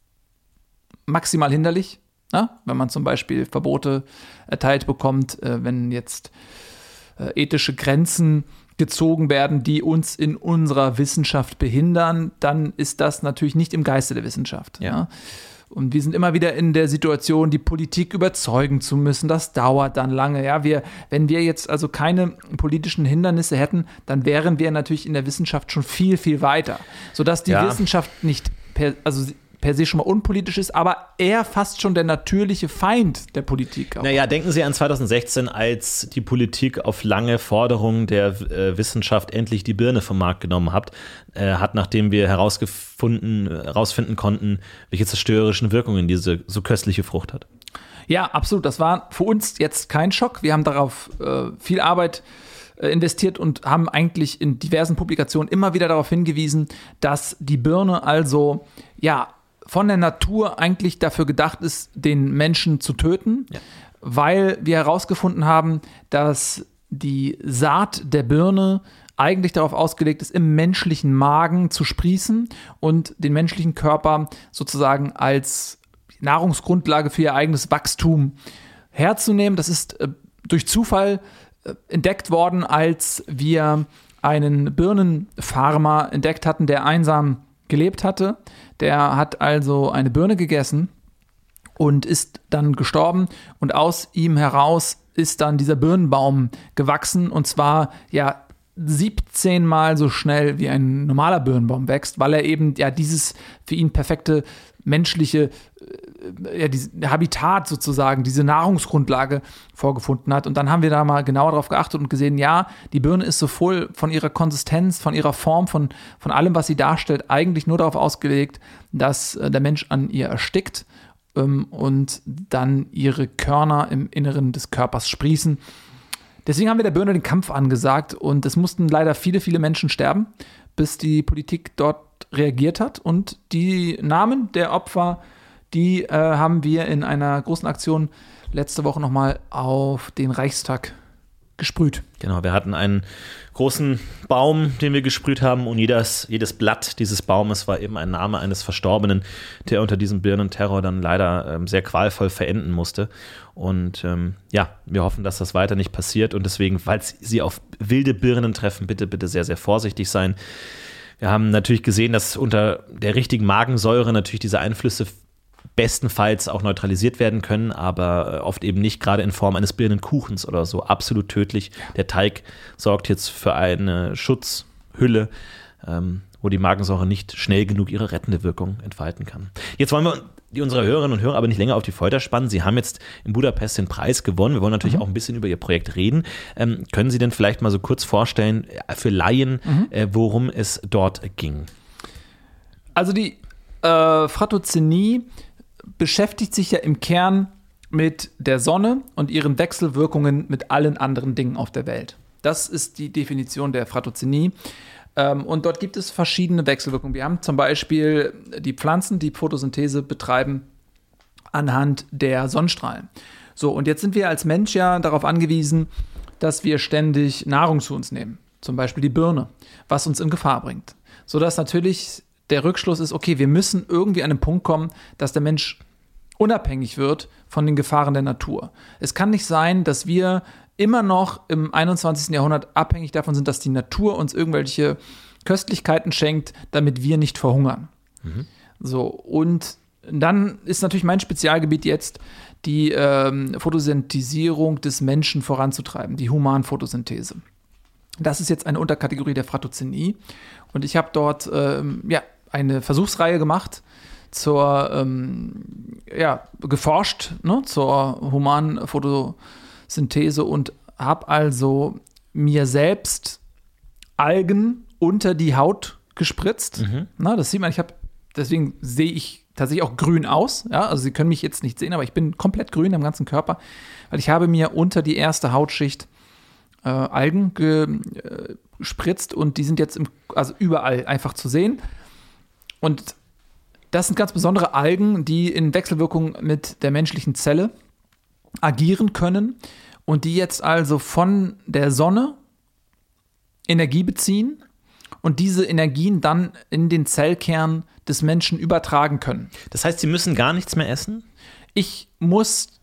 maximal hinderlich, wenn man zum Beispiel Verbote erteilt bekommt, wenn jetzt ethische Grenzen gezogen werden, die uns in unserer Wissenschaft behindern, dann ist das natürlich nicht im Geiste der Wissenschaft. Ja. Und wir sind immer wieder in der Situation, die Politik überzeugen zu müssen. Das dauert dann lange. Ja, wenn wir jetzt also keine politischen Hindernisse hätten, dann wären wir natürlich in der Wissenschaft schon viel, viel weiter. Sodass die Wissenschaft nicht per se schon mal unpolitisch ist, aber eher fast schon der natürliche Feind der Politik. Auch. Naja, denken Sie an 2016, als die Politik auf lange Forderungen der Wissenschaft endlich die Birne vom Markt genommen hat, nachdem wir herausfinden konnten, welche zerstörerischen Wirkungen diese so köstliche Frucht hat. Ja, absolut. Das war für uns jetzt kein Schock. Wir haben darauf viel Arbeit investiert und haben eigentlich in diversen Publikationen immer wieder darauf hingewiesen, dass die Birne also von der Natur eigentlich dafür gedacht ist, den Menschen zu töten, weil wir herausgefunden haben, dass die Saat der Birne eigentlich darauf ausgelegt ist, im menschlichen Magen zu sprießen und den menschlichen Körper sozusagen als Nahrungsgrundlage für ihr eigenes Wachstum herzunehmen. Das ist durch Zufall entdeckt worden, als wir einen Birnenfarmer entdeckt hatten, der einsam gelebt hatte. Der hat also eine Birne gegessen und ist dann gestorben und aus ihm heraus ist dann dieser Birnenbaum gewachsen und zwar 17 Mal so schnell wie ein normaler Birnbaum wächst, weil er eben ja dieses für ihn perfekte menschliche Habitat sozusagen, diese Nahrungsgrundlage vorgefunden hat. Und dann haben wir da mal genauer drauf geachtet und gesehen, ja, die Birne ist sowohl von ihrer Konsistenz, von ihrer Form, von allem, was sie darstellt, eigentlich nur darauf ausgelegt, dass der Mensch an ihr erstickt und dann ihre Körner im Inneren des Körpers sprießen. Deswegen haben wir der Birne den Kampf angesagt und es mussten leider viele, viele Menschen sterben, bis die Politik dort reagiert hat. Und die Namen der Opfer, die haben wir in einer großen Aktion letzte Woche nochmal auf den Reichstag gesprüht. Genau, wir hatten einen großen Baum, den wir gesprüht haben und jedes Blatt dieses Baumes war eben ein Name eines Verstorbenen, der unter diesem Birnenterror dann leider sehr qualvoll verenden musste. Und wir hoffen, dass das weiter nicht passiert und deswegen, falls Sie auf wilde Birnen treffen, bitte, bitte sehr, sehr vorsichtig sein. Wir haben natürlich gesehen, dass unter der richtigen Magensäure natürlich diese Einflüsse bestenfalls auch neutralisiert werden können, aber oft eben nicht, gerade in Form eines Birnenkuchens oder so, absolut tödlich. Der Teig sorgt jetzt für eine Schutzhülle, wo die Magensäure nicht schnell genug ihre rettende Wirkung entfalten kann. Jetzt wollen wir unsere Hörerinnen und Hörer aber nicht länger auf die Folter spannen. Sie haben jetzt in Budapest den Preis gewonnen. Wir wollen natürlich auch ein bisschen über Ihr Projekt reden. Können Sie denn vielleicht mal so kurz vorstellen, für Laien, worum es dort ging? Also die Fratozenie beschäftigt sich ja im Kern mit der Sonne und ihren Wechselwirkungen mit allen anderen Dingen auf der Welt. Das ist die Definition der Fratozenie. Und dort gibt es verschiedene Wechselwirkungen. Wir haben zum Beispiel die Pflanzen, die Photosynthese betreiben anhand der Sonnenstrahlen. So, und jetzt sind wir als Mensch ja darauf angewiesen, dass wir ständig Nahrung zu uns nehmen. Zum Beispiel die Birne, was uns in Gefahr bringt. Sodass natürlich der Rückschluss ist, okay, wir müssen irgendwie an den Punkt kommen, dass der Mensch unabhängig wird von den Gefahren der Natur. Es kann nicht sein, dass wir immer noch im 21. Jahrhundert abhängig davon sind, dass die Natur uns irgendwelche Köstlichkeiten schenkt, damit wir nicht verhungern. So, und dann ist natürlich mein Spezialgebiet jetzt, die Photosynthesierung des Menschen voranzutreiben, die Humanphotosynthese. Das ist jetzt eine Unterkategorie der Fratozenie. Und ich habe dort eine Versuchsreihe gemacht, geforscht, zur humanen Photosynthese und habe also mir selbst Algen unter die Haut gespritzt. Das sieht man, deswegen sehe ich tatsächlich auch grün aus. Ja? Also Sie können mich jetzt nicht sehen, aber ich bin komplett grün am ganzen Körper, weil ich habe mir unter die erste Hautschicht Algen gespritzt und die sind jetzt überall einfach zu sehen. Und das sind ganz besondere Algen, die in Wechselwirkung mit der menschlichen Zelle agieren können und die jetzt also von der Sonne Energie beziehen und diese Energien dann in den Zellkern des Menschen übertragen können. Das heißt, Sie müssen gar nichts mehr essen? Ich muss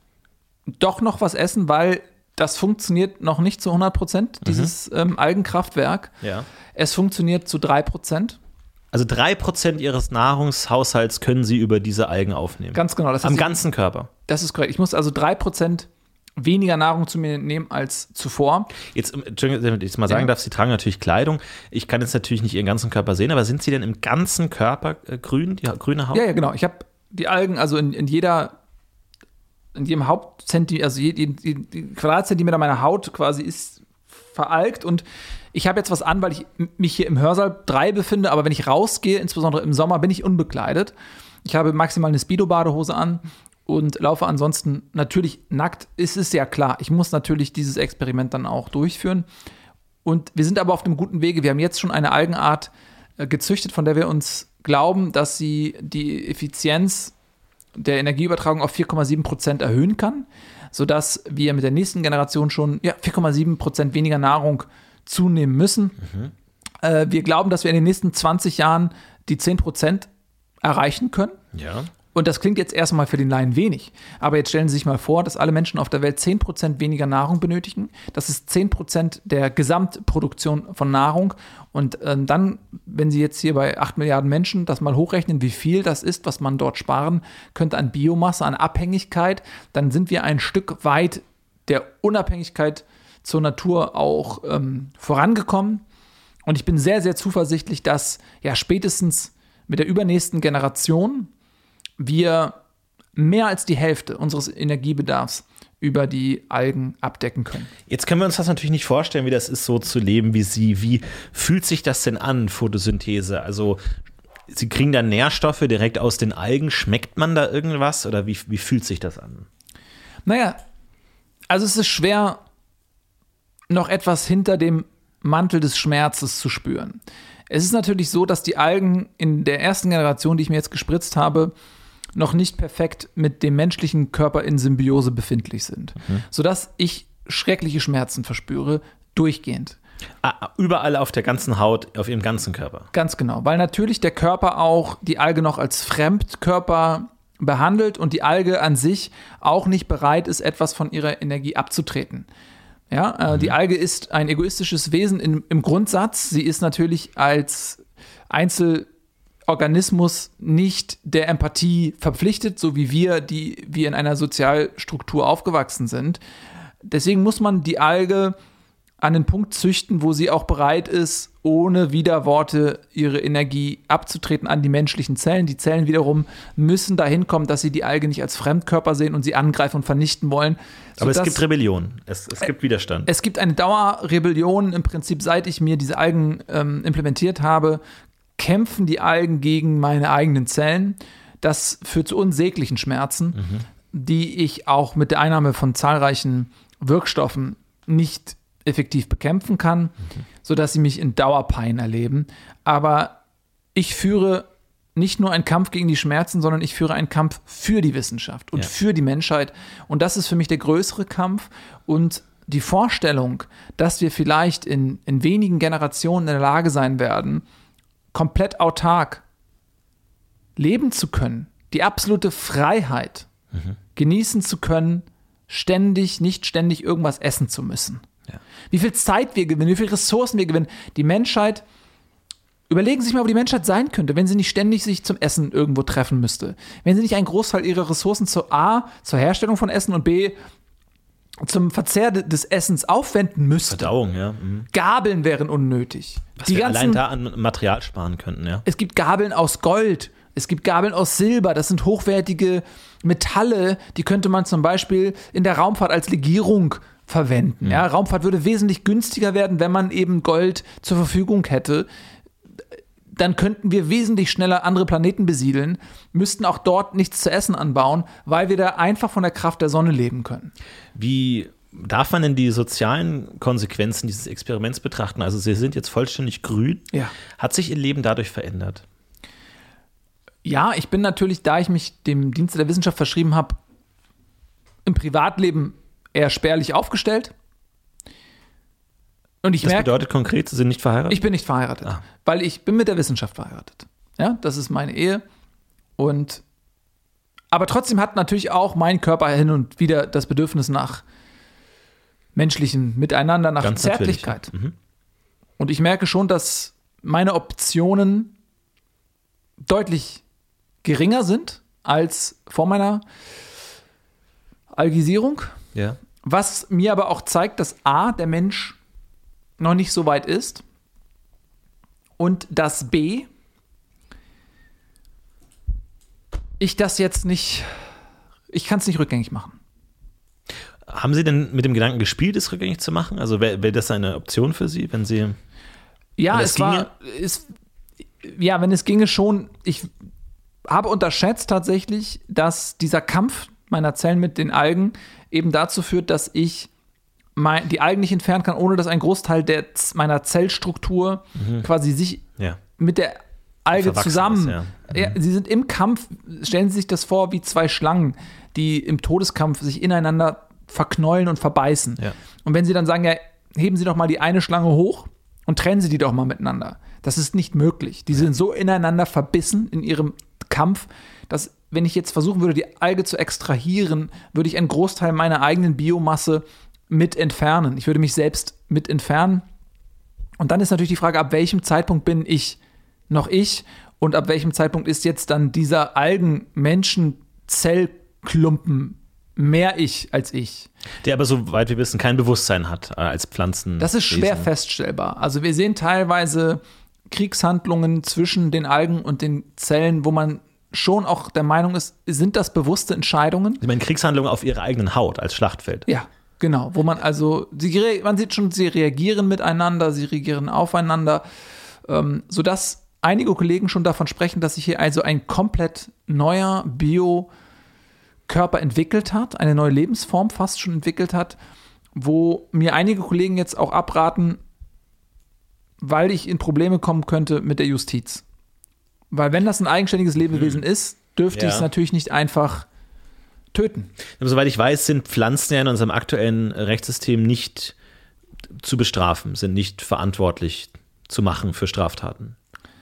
doch noch was essen, weil das funktioniert noch nicht zu 100%, dieses Algenkraftwerk. Ja. Es funktioniert zu 3%. Also 3% Ihres Nahrungshaushalts können Sie über diese Algen aufnehmen? Ganz genau. Am ganzen Körper? Das ist korrekt. Ich muss also 3% weniger Nahrung zu mir nehmen als zuvor. Jetzt, Entschuldigung, wenn ich mal sagen darf, Sie tragen natürlich Kleidung. Ich kann jetzt natürlich nicht Ihren ganzen Körper sehen, aber sind Sie denn im ganzen Körper grün, die grüne Haut? Ja, genau. Ich habe die Algen also in jedem Hauptzentimeter, also die Quadratzentimeter meiner Haut quasi ist veralgt und ich habe jetzt was an, weil ich mich hier im Hörsaal 3 befinde, aber wenn ich rausgehe, insbesondere im Sommer, bin ich unbekleidet. Ich habe maximal eine Speedo-Badehose an und laufe ansonsten natürlich nackt. Es ist ja klar, ich muss natürlich dieses Experiment dann auch durchführen. Und wir sind aber auf einem guten Wege. Wir haben jetzt schon eine Algenart gezüchtet, von der wir uns glauben, dass sie die Effizienz der Energieübertragung auf 4,7% erhöhen kann, sodass wir mit der nächsten Generation schon 4,7% weniger Nahrung zunehmen müssen. Wir glauben, dass wir in den nächsten 20 Jahren die 10% erreichen können. Ja. Und das klingt jetzt erstmal für den Laien wenig. Aber jetzt stellen Sie sich mal vor, dass alle Menschen auf der Welt 10% weniger Nahrung benötigen. Das ist 10% der Gesamtproduktion von Nahrung. Und dann, wenn Sie jetzt hier bei 8 Milliarden Menschen das mal hochrechnen, wie viel das ist, was man dort sparen könnte an Biomasse, an Abhängigkeit, dann sind wir ein Stück weit der Unabhängigkeit zur Natur auch vorangekommen. Und ich bin sehr, sehr zuversichtlich, dass ja spätestens mit der übernächsten Generation wir mehr als die Hälfte unseres Energiebedarfs über die Algen abdecken können. Jetzt können wir uns das natürlich nicht vorstellen, wie das ist, so zu leben wie Sie. Wie fühlt sich das denn an, Photosynthese? Also Sie kriegen da Nährstoffe direkt aus den Algen. Schmeckt man da irgendwas oder wie fühlt sich das an? Naja, also es ist schwer, noch etwas hinter dem Mantel des Schmerzes zu spüren. Es ist natürlich so, dass die Algen in der ersten Generation, die ich mir jetzt gespritzt habe, noch nicht perfekt mit dem menschlichen Körper in Symbiose befindlich sind, sodass ich schreckliche Schmerzen verspüre, durchgehend. Überall auf der ganzen Haut, auf Ihrem ganzen Körper? Ganz genau, weil natürlich der Körper auch die Alge noch als Fremdkörper behandelt und die Alge an sich auch nicht bereit ist, etwas von ihrer Energie abzutreten. Ja, die Alge ist ein egoistisches Wesen im Grundsatz. Sie ist natürlich als Einzelorganismus nicht der Empathie verpflichtet, so wie wir, die wir in einer Sozialstruktur aufgewachsen sind. Deswegen muss man die Alge an den Punkt züchten, wo sie auch bereit ist, ohne Widerworte ihre Energie abzutreten an die menschlichen Zellen. Die Zellen wiederum müssen dahin kommen, dass sie die Alge nicht als Fremdkörper sehen und sie angreifen und vernichten wollen. Aber es gibt Rebellion, es gibt Widerstand. Es gibt eine Dauerrebellion. Im Prinzip, seit ich mir diese Algen implementiert habe, kämpfen die Algen gegen meine eigenen Zellen. Das führt zu unsäglichen Schmerzen, die ich auch mit der Einnahme von zahlreichen Wirkstoffen nicht effektiv bekämpfen kann, sodass sie mich in Dauerpein erleben. Aber ich führe nicht nur einen Kampf gegen die Schmerzen, sondern ich führe einen Kampf für die Wissenschaft und für die Menschheit. Und das ist für mich der größere Kampf. Und die Vorstellung, dass wir vielleicht in wenigen Generationen in der Lage sein werden, komplett autark leben zu können, die absolute Freiheit genießen zu können, nicht ständig irgendwas essen zu müssen. Ja. Wie viel Zeit wir gewinnen, wie viele Ressourcen wir gewinnen. Die Menschheit, überlegen Sie sich mal, wo die Menschheit sein könnte, wenn sie nicht ständig sich zum Essen irgendwo treffen müsste. Wenn sie nicht einen Großteil ihrer Ressourcen zur Herstellung von Essen und B, zum Verzehr des Essens aufwenden müsste. Verdauung, ja. Gabeln wären unnötig. Was wir allein da an Material sparen könnten, ja. Es gibt Gabeln aus Gold, es gibt Gabeln aus Silber, das sind hochwertige Metalle, die könnte man zum Beispiel in der Raumfahrt als Legierung verwenden. Ja, Raumfahrt würde wesentlich günstiger werden, wenn man eben Gold zur Verfügung hätte. Dann könnten wir wesentlich schneller andere Planeten besiedeln, müssten auch dort nichts zu essen anbauen, weil wir da einfach von der Kraft der Sonne leben können. Wie darf man denn die sozialen Konsequenzen dieses Experiments betrachten? Also Sie sind jetzt vollständig grün. Ja. Hat sich Ihr Leben dadurch verändert? Ja, ich bin natürlich, da ich mich dem Dienste der Wissenschaft verschrieben habe, im Privatleben eher spärlich aufgestellt. Und das bedeutet konkret, Sie sind nicht verheiratet? Ich bin nicht verheiratet, weil ich bin mit der Wissenschaft verheiratet. Ja, das ist meine Ehe. Aber trotzdem hat natürlich auch mein Körper hin und wieder das Bedürfnis nach menschlichem Miteinander, nach ganz Zärtlichkeit. Und ich merke schon, dass meine Optionen deutlich geringer sind als vor meiner Algisierung. Ja. Was mir aber auch zeigt, dass A, der Mensch noch nicht so weit ist und dass B, ich kann es nicht rückgängig machen. Haben Sie denn mit dem Gedanken gespielt, es rückgängig zu machen? Also wäre das eine Option für Sie, wenn Sie... Ja, wenn es ginge schon. Ich habe unterschätzt tatsächlich, dass dieser Kampf meiner Zellen mit den Algen eben dazu führt, dass ich die Algen nicht entfernen kann, ohne dass ein Großteil meiner Zellstruktur quasi sich mit der Alge zusammen. Sie sind im Kampf, stellen Sie sich das vor, wie zwei Schlangen, die im Todeskampf sich ineinander verknäulen und verbeißen. Ja. Und wenn Sie dann sagen, ja, heben Sie doch mal die eine Schlange hoch und trennen Sie die doch mal miteinander. Das ist nicht möglich. Die sind so ineinander verbissen in ihrem Kampf, dass, wenn ich jetzt versuchen würde, die Alge zu extrahieren, würde ich einen Großteil meiner eigenen Biomasse mit entfernen. Ich würde mich selbst mit entfernen. Und dann ist natürlich die Frage, ab welchem Zeitpunkt bin ich noch ich und ab welchem Zeitpunkt ist jetzt dann dieser Algen-Menschen-Zellklumpen mehr Ich als ich. Der aber, soweit wir wissen, kein Bewusstsein hat als Pflanzen. Das ist schwer feststellbar. Also wir sehen teilweise Kriegshandlungen zwischen den Algen und den Zellen, wo man schon auch der Meinung ist, sind das bewusste Entscheidungen? Sie meinen Kriegshandlungen auf ihrer eigenen Haut als Schlachtfeld. Ja, genau. Wo man also, man sieht schon, sie reagieren miteinander, sie reagieren aufeinander, sodass einige Kollegen schon davon sprechen, dass sich hier also ein komplett neuer Biokörper entwickelt hat, eine neue Lebensform fast schon entwickelt hat, wo mir einige Kollegen jetzt auch abraten, weil ich in Probleme kommen könnte mit der Justiz. Weil wenn das ein eigenständiges Lebewesen ist, dürfte ich es natürlich nicht einfach töten. Aber soweit ich weiß, sind Pflanzen ja in unserem aktuellen Rechtssystem nicht zu bestrafen, sind nicht verantwortlich zu machen für Straftaten.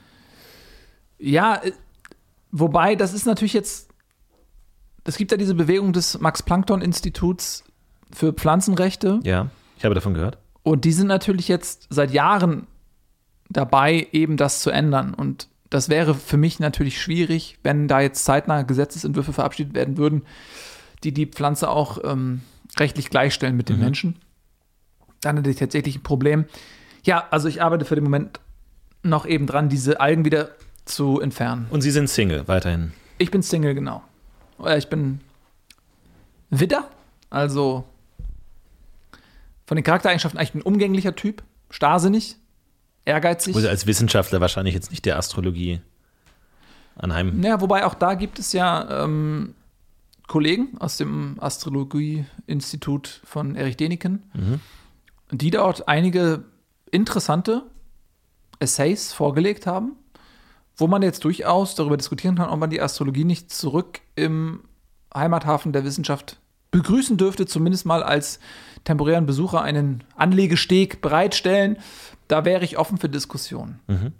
Ja, wobei, das ist natürlich jetzt, es gibt ja diese Bewegung des Max-Planckton-Instituts für Pflanzenrechte. Ja, ich habe davon gehört. Und die sind natürlich jetzt seit Jahren dabei, eben das zu ändern. Und das wäre für mich natürlich schwierig, wenn da jetzt zeitnah Gesetzesentwürfe verabschiedet werden würden, die Pflanze auch rechtlich gleichstellen mit den Menschen. Dann hätte ich tatsächlich ein Problem. Ja, also ich arbeite für den Moment noch eben dran, diese Algen wieder zu entfernen. Und Sie sind Single weiterhin? Ich bin Single, genau. Ich bin Widder, also von den Charaktereigenschaften eigentlich ein umgänglicher Typ, starrsinnig, ehrgeizig. Also als Wissenschaftler wahrscheinlich jetzt nicht der Astrologie anheim. Ja, wobei auch da gibt es ja Kollegen aus dem Astrologie-Institut von Erich Däniken, die dort einige interessante Essays vorgelegt haben, wo man jetzt durchaus darüber diskutieren kann, ob man die Astrologie nicht zurück im Heimathafen der Wissenschaft begrüßen dürfte, zumindest mal als temporären Besucher einen Anlegesteg bereitstellen. Da wäre ich offen für Diskussionen.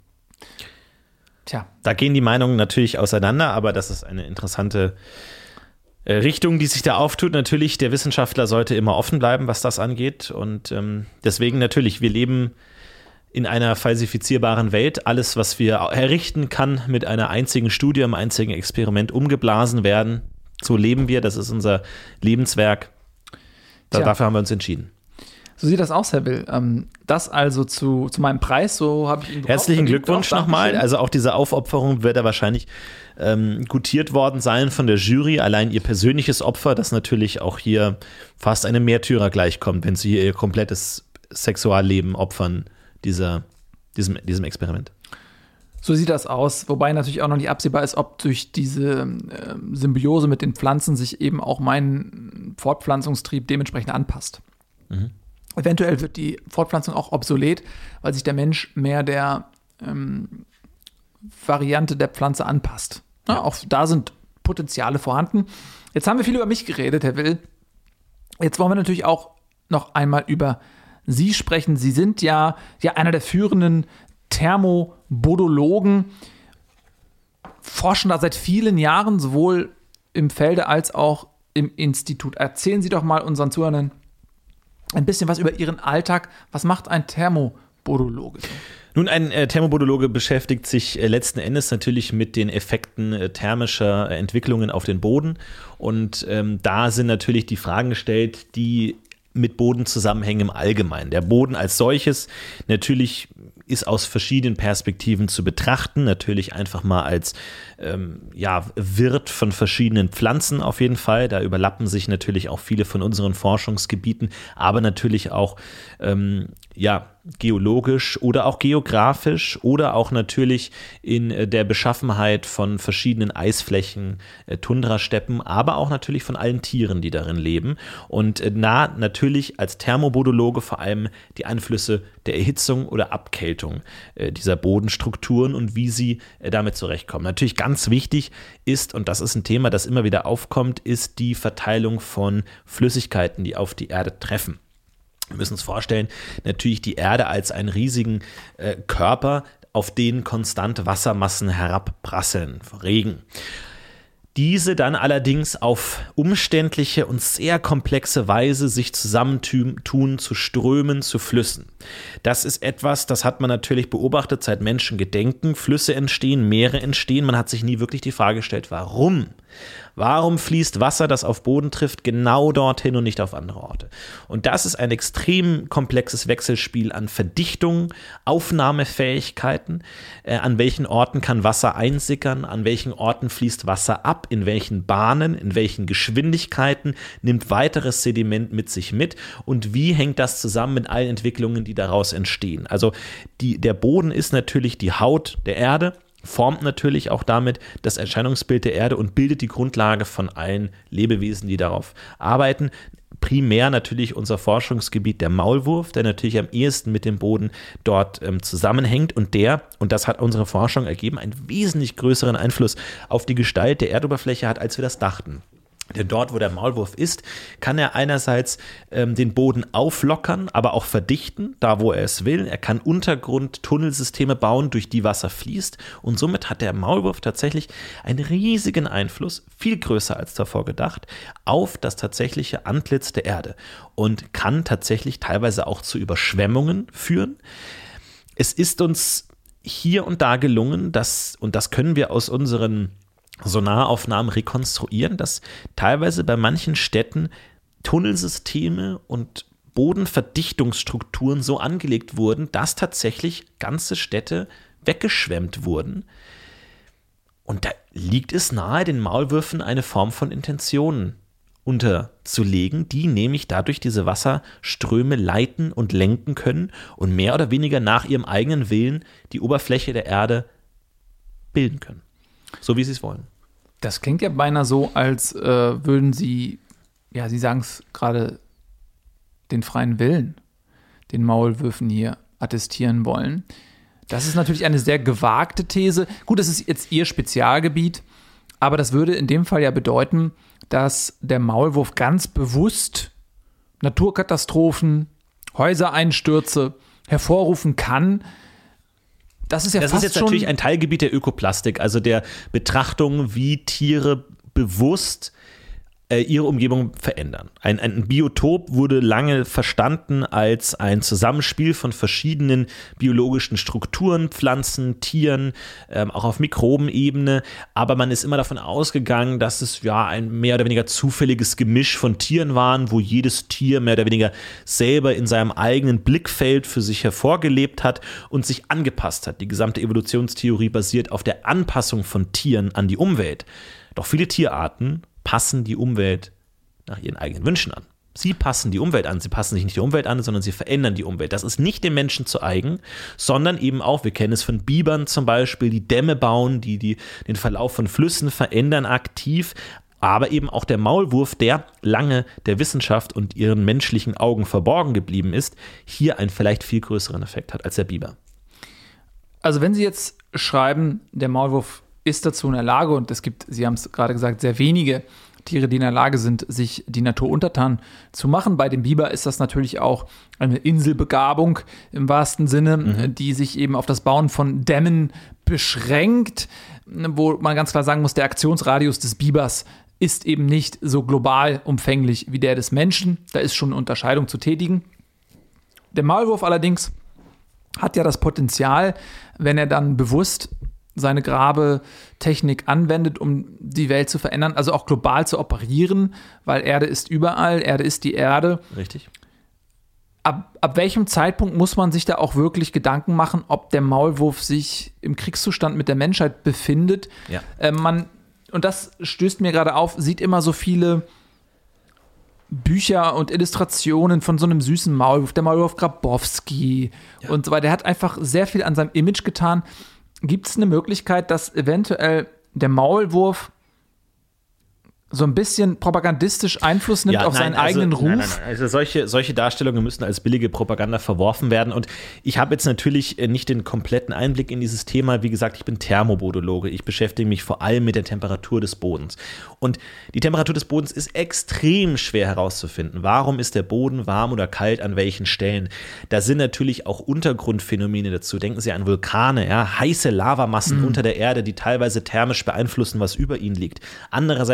Tja. Da gehen die Meinungen natürlich auseinander, aber das ist eine interessante Richtung, die sich da auftut. Natürlich, der Wissenschaftler sollte immer offen bleiben, was das angeht. Und deswegen natürlich, wir leben in einer falsifizierbaren Welt. Alles, was wir errichten, kann mit einer einzigen Studie, einem einzigen Experiment umgeblasen werden. So leben wir, das ist unser Lebenswerk. Dafür haben wir uns entschieden. So sieht das aus, Herr Will. Das also zu meinem Preis, so habe ich ihn bekommen. Herzlichen Glückwunsch nochmal. Also auch diese Aufopferung wird da wahrscheinlich gutiert worden sein von der Jury. Allein ihr persönliches Opfer, das natürlich auch hier fast einem Märtyrer gleichkommt, wenn sie hier ihr komplettes Sexualleben opfern, diesem Experiment. So sieht das aus, wobei natürlich auch noch nicht absehbar ist, ob durch diese Symbiose mit den Pflanzen sich eben auch mein Fortpflanzungstrieb dementsprechend anpasst. Eventuell wird die Fortpflanzung auch obsolet, weil sich der Mensch mehr der Variante der Pflanze anpasst. Ja, auch da sind Potenziale vorhanden. Jetzt haben wir viel über mich geredet, Herr Will. Jetzt wollen wir natürlich auch noch einmal über Sie sprechen. Sie sind ja einer der führenden Thermobodologen, forschen da seit vielen Jahren, sowohl im Felde als auch im Institut. Erzählen Sie doch mal unseren Zuhörern ein bisschen was über Ihren Alltag. Was macht ein Thermobodologe? Nun, ein Thermobodologe beschäftigt sich letzten Endes natürlich mit den Effekten thermischer Entwicklungen auf den Boden. Und da sind natürlich die Fragen gestellt, die mit Boden zusammenhängen im Allgemeinen. Der Boden als solches natürlich ist aus verschiedenen Perspektiven zu betrachten. Natürlich einfach mal als Wirt von verschiedenen Pflanzen auf jeden Fall. Da überlappen sich natürlich auch viele von unseren Forschungsgebieten, aber natürlich auch geologisch oder auch geografisch oder auch natürlich in der Beschaffenheit von verschiedenen Eisflächen, Tundrasteppen, aber auch natürlich von allen Tieren, die darin leben. Und natürlich als Thermobodologe vor allem die Einflüsse der Erhitzung oder Abkältung dieser Bodenstrukturen und wie sie damit zurechtkommen. Natürlich ganz wichtig ist, und das ist ein Thema, das immer wieder aufkommt, ist die Verteilung von Flüssigkeiten, die auf die Erde treffen. Wir müssen uns vorstellen, natürlich die Erde als einen riesigen Körper, auf den konstant Wassermassen herabprasseln, Regen. Diese dann allerdings auf umständliche und sehr komplexe Weise sich zusammentun zu Strömen, zu Flüssen. Das ist etwas, das hat man natürlich beobachtet seit Menschengedenken. Flüsse entstehen, Meere entstehen. Man hat sich nie wirklich die Frage gestellt, warum Warum fließt Wasser, das auf Boden trifft, genau dorthin und nicht auf andere Orte? Und das ist ein extrem komplexes Wechselspiel an Verdichtung, Aufnahmefähigkeiten. An welchen Orten kann Wasser einsickern? An welchen Orten fließt Wasser ab? In welchen Bahnen? In welchen Geschwindigkeiten? Nimmt weiteres Sediment mit sich mit? Und wie hängt das zusammen mit allen Entwicklungen, die daraus entstehen? Also der Boden ist natürlich die Haut der Erde, formt natürlich auch damit das Erscheinungsbild der Erde und bildet die Grundlage von allen Lebewesen, die darauf arbeiten. Primär natürlich unser Forschungsgebiet der Maulwurf, der natürlich am ehesten mit dem Boden dort zusammenhängt und das hat unsere Forschung ergeben, einen wesentlich größeren Einfluss auf die Gestalt der Erdoberfläche hat, als wir das dachten. Denn dort, wo der Maulwurf ist, kann er einerseits den Boden auflockern, aber auch verdichten, da wo er es will. Er kann Untergrund-Tunnelsysteme bauen, durch die Wasser fließt. Und somit hat der Maulwurf tatsächlich einen riesigen Einfluss, viel größer als davor gedacht, auf das tatsächliche Antlitz der Erde und kann tatsächlich teilweise auch zu Überschwemmungen führen. Es ist uns hier und da gelungen, und das können wir aus unseren Sonaraufnahmen rekonstruieren, dass teilweise bei manchen Städten Tunnelsysteme und Bodenverdichtungsstrukturen so angelegt wurden, dass tatsächlich ganze Städte weggeschwemmt wurden. Und da liegt es nahe, den Maulwürfen eine Form von Intention unterzulegen, die nämlich dadurch diese Wasserströme leiten und lenken können und mehr oder weniger nach ihrem eigenen Willen die Oberfläche der Erde bilden können. So wie sie es wollen. Das klingt ja beinahe so, als würden Sie, ja, Sie sagen es gerade, den freien Willen den Maulwürfen hier attestieren wollen. Das ist natürlich eine sehr gewagte These. Gut, das ist jetzt Ihr Spezialgebiet, aber das würde in dem Fall ja bedeuten, dass der Maulwurf ganz bewusst Naturkatastrophen, Häusereinstürze hervorrufen kann. Das ist jetzt natürlich ein Teilgebiet der Ökoplastik, also der Betrachtung, wie Tiere bewusst ihre Umgebung verändern. Ein Biotop wurde lange verstanden als ein Zusammenspiel von verschiedenen biologischen Strukturen, Pflanzen, Tieren, auch auf Mikrobenebene, aber man ist immer davon ausgegangen, dass es ja ein mehr oder weniger zufälliges Gemisch von Tieren waren, wo jedes Tier mehr oder weniger selber in seinem eigenen Blickfeld für sich hervorgelebt hat und sich angepasst hat. Die gesamte Evolutionstheorie basiert auf der Anpassung von Tieren an die Umwelt. Doch viele Tierarten passen die Umwelt nach ihren eigenen Wünschen an. Sie passen die Umwelt an. Sie passen sich nicht die Umwelt an, sondern sie verändern die Umwelt. Das ist nicht dem Menschen zu eigen, sondern eben auch, wir kennen es von Bibern zum Beispiel, die Dämme bauen, die den Verlauf von Flüssen verändern aktiv, aber eben auch der Maulwurf, der lange der Wissenschaft und ihren menschlichen Augen verborgen geblieben ist, hier einen vielleicht viel größeren Effekt hat als der Biber. Also wenn Sie jetzt schreiben, der Maulwurf ist dazu in der Lage, und es gibt, Sie haben es gerade gesagt, sehr wenige Tiere, die in der Lage sind, sich die Natur untertan zu machen. Bei dem Biber ist das natürlich auch eine Inselbegabung im wahrsten Sinne, die sich eben auf das Bauen von Dämmen beschränkt, wo man ganz klar sagen muss, der Aktionsradius des Bibers ist eben nicht so global umfänglich wie der des Menschen. Da ist schon eine Unterscheidung zu tätigen. Der Maulwurf allerdings hat ja das Potenzial, wenn er dann bewusst seine Grabetechnik anwendet, um die Welt zu verändern, also auch global zu operieren, weil Erde ist überall, Erde ist die Erde. Richtig. Ab welchem Zeitpunkt muss man sich da auch wirklich Gedanken machen, ob der Maulwurf sich im Kriegszustand mit der Menschheit befindet? Ja. Und das stößt mir gerade auf, sieht immer so viele Bücher und Illustrationen von so einem süßen Maulwurf, der Maulwurf Grabowski und so weiter. Der hat einfach sehr viel an seinem Image getan. Gibt es eine Möglichkeit, dass eventuell der Maulwurf so ein bisschen propagandistisch Einfluss nimmt auf seinen eigenen Ruf? Nein. Also solche Darstellungen müssen als billige Propaganda verworfen werden. Und ich habe jetzt natürlich nicht den kompletten Einblick in dieses Thema. Wie gesagt, ich bin Thermobodologe. Ich beschäftige mich vor allem mit der Temperatur des Bodens. Und die Temperatur des Bodens ist extrem schwer herauszufinden. Warum ist der Boden warm oder kalt an welchen Stellen? Da sind natürlich auch Untergrundphänomene dazu. Denken Sie an Vulkane, ja, heiße Lavamassen unter der Erde, die teilweise thermisch beeinflussen, was über ihnen liegt. Andererseits natürlich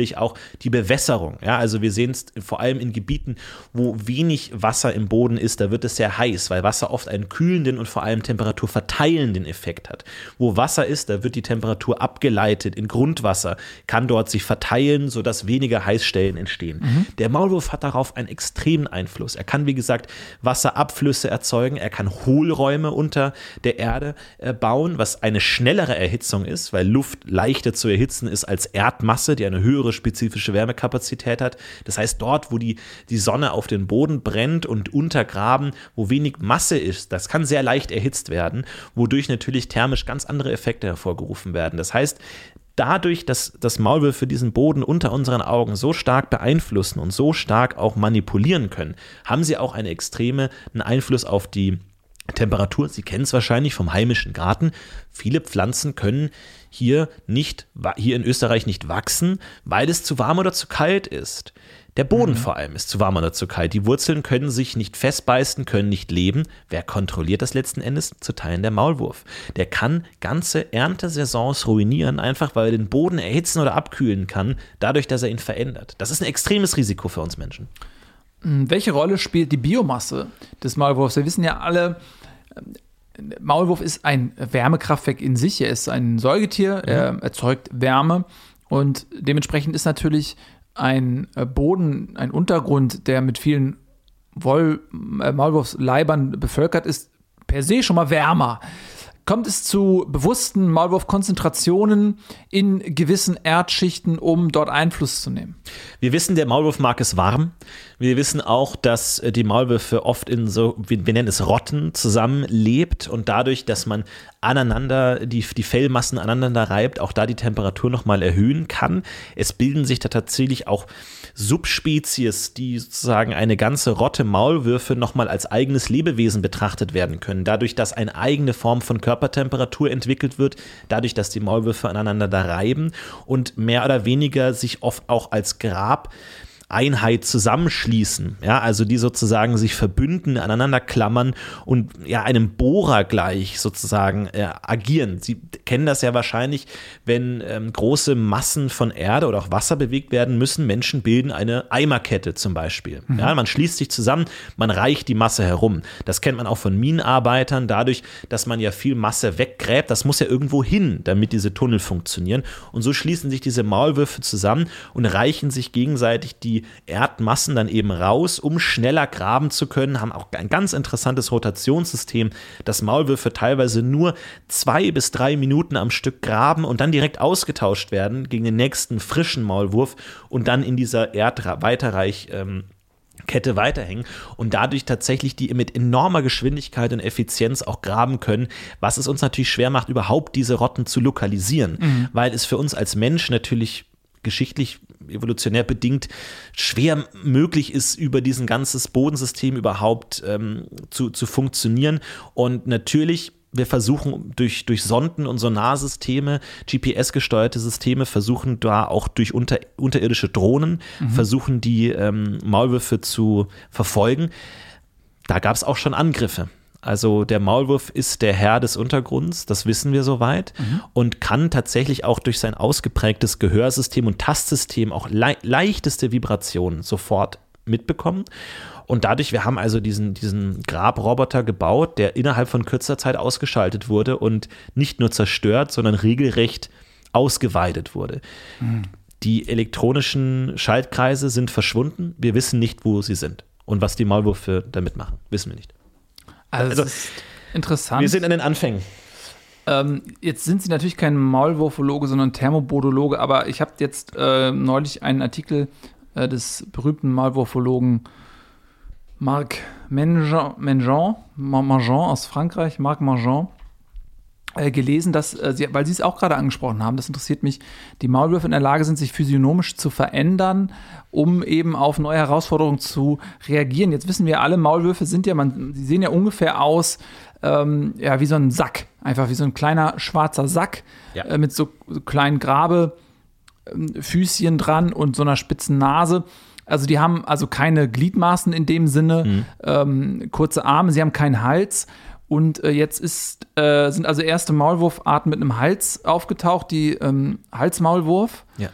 natürlich auch die Bewässerung. Ja, also wir sehen es vor allem in Gebieten, wo wenig Wasser im Boden ist, da wird es sehr heiß, weil Wasser oft einen kühlenden und vor allem temperaturverteilenden Effekt hat. Wo Wasser ist, da wird die Temperatur abgeleitet in Grundwasser, kann dort sich verteilen, sodass weniger Heißstellen entstehen. Der Maulwurf hat darauf einen extremen Einfluss. Er kann, wie gesagt, Wasserabflüsse erzeugen, er kann Hohlräume unter der Erde bauen, was eine schnellere Erhitzung ist, weil Luft leichter zu erhitzen ist als Erdmasse, die eine höhere spezifische Wärmekapazität hat. Das heißt, dort, wo die Sonne auf den Boden brennt und untergraben, wo wenig Masse ist, das kann sehr leicht erhitzt werden, wodurch natürlich thermisch ganz andere Effekte hervorgerufen werden. Das heißt, dadurch, dass Maulwürfe diesen Boden unter unseren Augen so stark beeinflussen und so stark auch manipulieren können, haben sie auch einen extremen Einfluss auf die Temperatur. Sie kennen es wahrscheinlich vom heimischen Garten. Viele Pflanzen können hier in Österreich nicht wachsen, weil es zu warm oder zu kalt ist. Der Boden vor allem ist zu warm oder zu kalt. Die Wurzeln können sich nicht festbeißen, können nicht leben. Wer kontrolliert das letzten Endes? Zu Teilen der Maulwurf. Der kann ganze Erntesaisons ruinieren, einfach weil er den Boden erhitzen oder abkühlen kann, dadurch, dass er ihn verändert. Das ist ein extremes Risiko für uns Menschen. Welche Rolle spielt die Biomasse des Maulwurfs? Wir wissen ja alle, Maulwurf ist ein Wärmekraftwerk in sich. Er ist ein Säugetier, er erzeugt Wärme und dementsprechend ist natürlich ein Boden, ein Untergrund, der mit vielen Maulwurfsleibern bevölkert ist, per se schon mal wärmer. Kommt es zu bewussten Maulwurfkonzentrationen in gewissen Erdschichten, um dort Einfluss zu nehmen? Wir wissen, der Maulwurf mag es warm. Wir wissen auch, dass die Maulwürfe oft in so, wir nennen es Rotten, zusammenlebt und dadurch, dass man aneinander, die Fellmassen aneinander reibt, auch da die Temperatur nochmal erhöhen kann. Es bilden sich da tatsächlich auch Subspezies, die sozusagen eine ganze Rotte Maulwürfe nochmal als eigenes Lebewesen betrachtet werden können. Dadurch, dass eine eigene Form von Körpertemperatur entwickelt wird, dadurch, dass die Maulwürfe aneinander da reiben und mehr oder weniger sich oft auch als Grabeinheit zusammenschließen, ja, also die sozusagen sich verbünden, aneinander klammern und ja einem Bohrer gleich sozusagen agieren. Sie kennen das ja wahrscheinlich, wenn große Massen von Erde oder auch Wasser bewegt werden müssen. Menschen bilden eine Eimerkette zum Beispiel. Ja, man schließt sich zusammen, man reicht die Masse herum. Das kennt man auch von Minenarbeitern, dadurch, dass man ja viel Masse weggräbt. Das muss ja irgendwo hin, damit diese Tunnel funktionieren. Und so schließen sich diese Maulwürfe zusammen und reichen sich gegenseitig die Erdmassen dann eben raus, um schneller graben zu können, haben auch ein ganz interessantes Rotationssystem, dass Maulwürfe teilweise nur 2 bis 3 Minuten am Stück graben und dann direkt ausgetauscht werden gegen den nächsten frischen Maulwurf und dann in dieser Kette weiterhängen und dadurch tatsächlich die mit enormer Geschwindigkeit und Effizienz auch graben können, was es uns natürlich schwer macht, überhaupt diese Rotten zu lokalisieren, weil es für uns als Mensch natürlich geschichtlich, evolutionär bedingt schwer möglich ist, über diesen ganzes Bodensystem überhaupt zu funktionieren. Und natürlich, wir versuchen durch Sonden und Sonarsysteme, GPS-gesteuerte Systeme, versuchen da auch durch unterirdische Drohnen, versuchen die Maulwürfe zu verfolgen. Da gab es auch schon Angriffe. Also der Maulwurf ist der Herr des Untergrunds, das wissen wir soweit, und kann tatsächlich auch durch sein ausgeprägtes Gehörsystem und Tastsystem auch leichteste Vibrationen sofort mitbekommen. Und dadurch, wir haben also diesen Grabroboter gebaut, der innerhalb von kürzer Zeit ausgeschaltet wurde und nicht nur zerstört, sondern regelrecht ausgeweidet wurde. Die elektronischen Schaltkreise sind verschwunden. Wir wissen nicht, wo sie sind. Und was die Maulwürfe damit machen, wissen wir nicht. Also das ist interessant. Wir sind in den Anfängen. Jetzt sind Sie natürlich kein Maulwurfologe, sondern Thermobodologe, aber ich habe jetzt neulich einen Artikel des berühmten Maulwurfologen Marc Mangeon aus Frankreich, Marc Mangeon, gelesen, dass, weil Sie es auch gerade angesprochen haben, das interessiert mich, die Maulwürfe in der Lage sind, sich physiognomisch zu verändern, um eben auf neue Herausforderungen zu reagieren. Jetzt wissen wir alle, Maulwürfe sind ja, sie sehen ja ungefähr aus, wie so ein Sack, einfach wie so ein kleiner schwarzer Sack, mit so kleinen Grabefüßchen dran und so einer spitzen Nase. Also die haben also keine Gliedmaßen in dem Sinne, kurze Arme, sie haben keinen Hals. Und jetzt sind also erste Maulwurfarten mit einem Hals aufgetaucht, die Halsmaulwurf. Ja.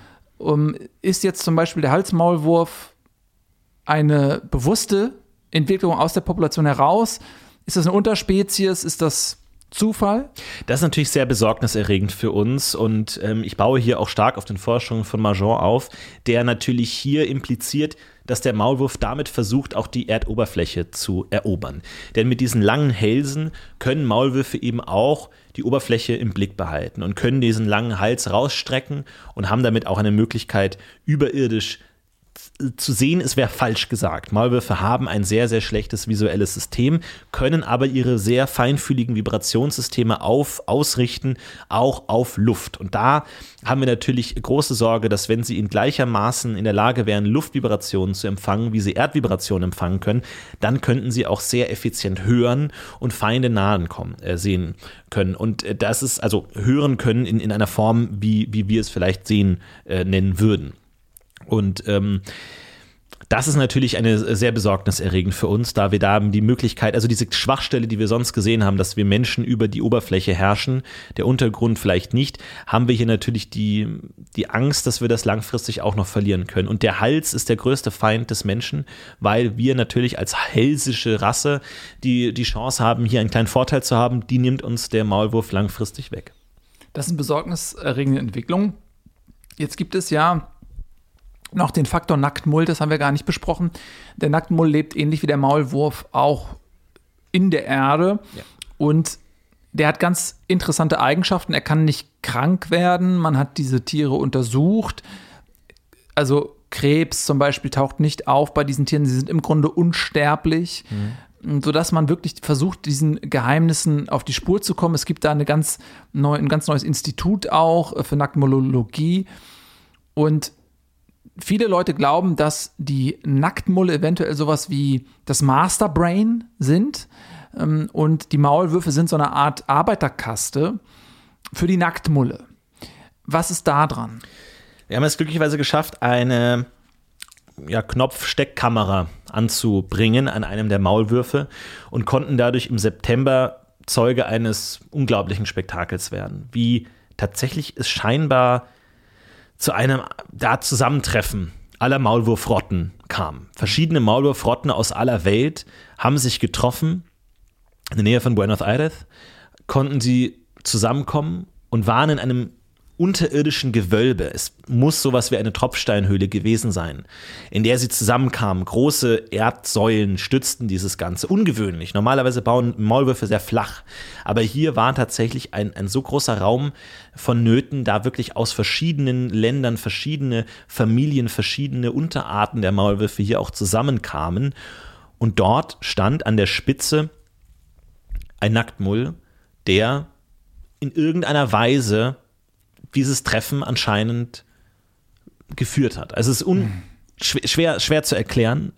Ist jetzt zum Beispiel der Halsmaulwurf eine bewusste Entwicklung aus der Population heraus? Ist das eine Unterspezies? Ist das Zufall? Das ist natürlich sehr besorgniserregend für uns und ich baue hier auch stark auf den Forschungen von Marjon auf, der natürlich hier impliziert, dass der Maulwurf damit versucht, auch die Erdoberfläche zu erobern. Denn mit diesen langen Hälsen können Maulwürfe eben auch die Oberfläche im Blick behalten und können diesen langen Hals rausstrecken und haben damit auch eine Möglichkeit, überirdisch zu sehen, es wäre falsch gesagt. Maulwürfe haben ein sehr, sehr schlechtes visuelles System, können aber ihre sehr feinfühligen Vibrationssysteme ausrichten, auch auf Luft. Und da haben wir natürlich große Sorge, dass wenn sie in gleichermaßen in der Lage wären, Luftvibrationen zu empfangen, wie sie Erdvibrationen empfangen können, dann könnten sie auch sehr effizient hören und Feinde sehen können. Und das ist also hören können in einer Form, wie wir es vielleicht sehen nennen würden. Und das ist natürlich eine sehr besorgniserregend für uns, da wir da die Möglichkeit, also diese Schwachstelle, die wir sonst gesehen haben, dass wir Menschen über die Oberfläche herrschen, der Untergrund vielleicht nicht, haben wir hier natürlich die Angst, dass wir das langfristig auch noch verlieren können. Und der Hals ist der größte Feind des Menschen, weil wir natürlich als hälsische Rasse die Chance haben, hier einen kleinen Vorteil zu haben, die nimmt uns der Maulwurf langfristig weg. Das sind besorgniserregende Entwicklungen. Jetzt gibt es ja noch den Faktor Nacktmull, das haben wir gar nicht besprochen. Der Nacktmull lebt ähnlich wie der Maulwurf auch in der Erde und der hat ganz interessante Eigenschaften. Er kann nicht krank werden. Man hat diese Tiere untersucht. Also Krebs zum Beispiel taucht nicht auf bei diesen Tieren. Sie sind im Grunde unsterblich, sodass man wirklich versucht, diesen Geheimnissen auf die Spur zu kommen. Es gibt da ein ganz neues Institut auch für Nacktmullologie und viele Leute glauben, dass die Nacktmulle eventuell sowas wie das Masterbrain sind und die Maulwürfe sind so eine Art Arbeiterkaste für die Nacktmulle. Was ist da dran? Wir haben es glücklicherweise geschafft, eine Knopfsteckkamera anzubringen an einem der Maulwürfe und konnten dadurch im September Zeuge eines unglaublichen Spektakels werden, wie tatsächlich es scheinbar zu einem Zusammentreffen aller Maulwurfrotten kam. Verschiedene Maulwurfrotten aus aller Welt haben sich getroffen, in der Nähe von Buenos Aires, konnten sie zusammenkommen und waren in einem unterirdischen Gewölbe. Es muss sowas wie eine Tropfsteinhöhle gewesen sein, in der sie zusammenkamen. Große Erdsäulen stützten dieses Ganze. Ungewöhnlich. Normalerweise bauen Maulwürfe sehr flach. Aber hier war tatsächlich ein so großer Raum vonnöten, da wirklich aus verschiedenen Ländern, verschiedene Familien, verschiedene Unterarten der Maulwürfe hier auch zusammenkamen. Und dort stand an der Spitze ein Nacktmull, der in irgendeiner Weise dieses Treffen anscheinend geführt hat. Also es ist schwer zu erklären.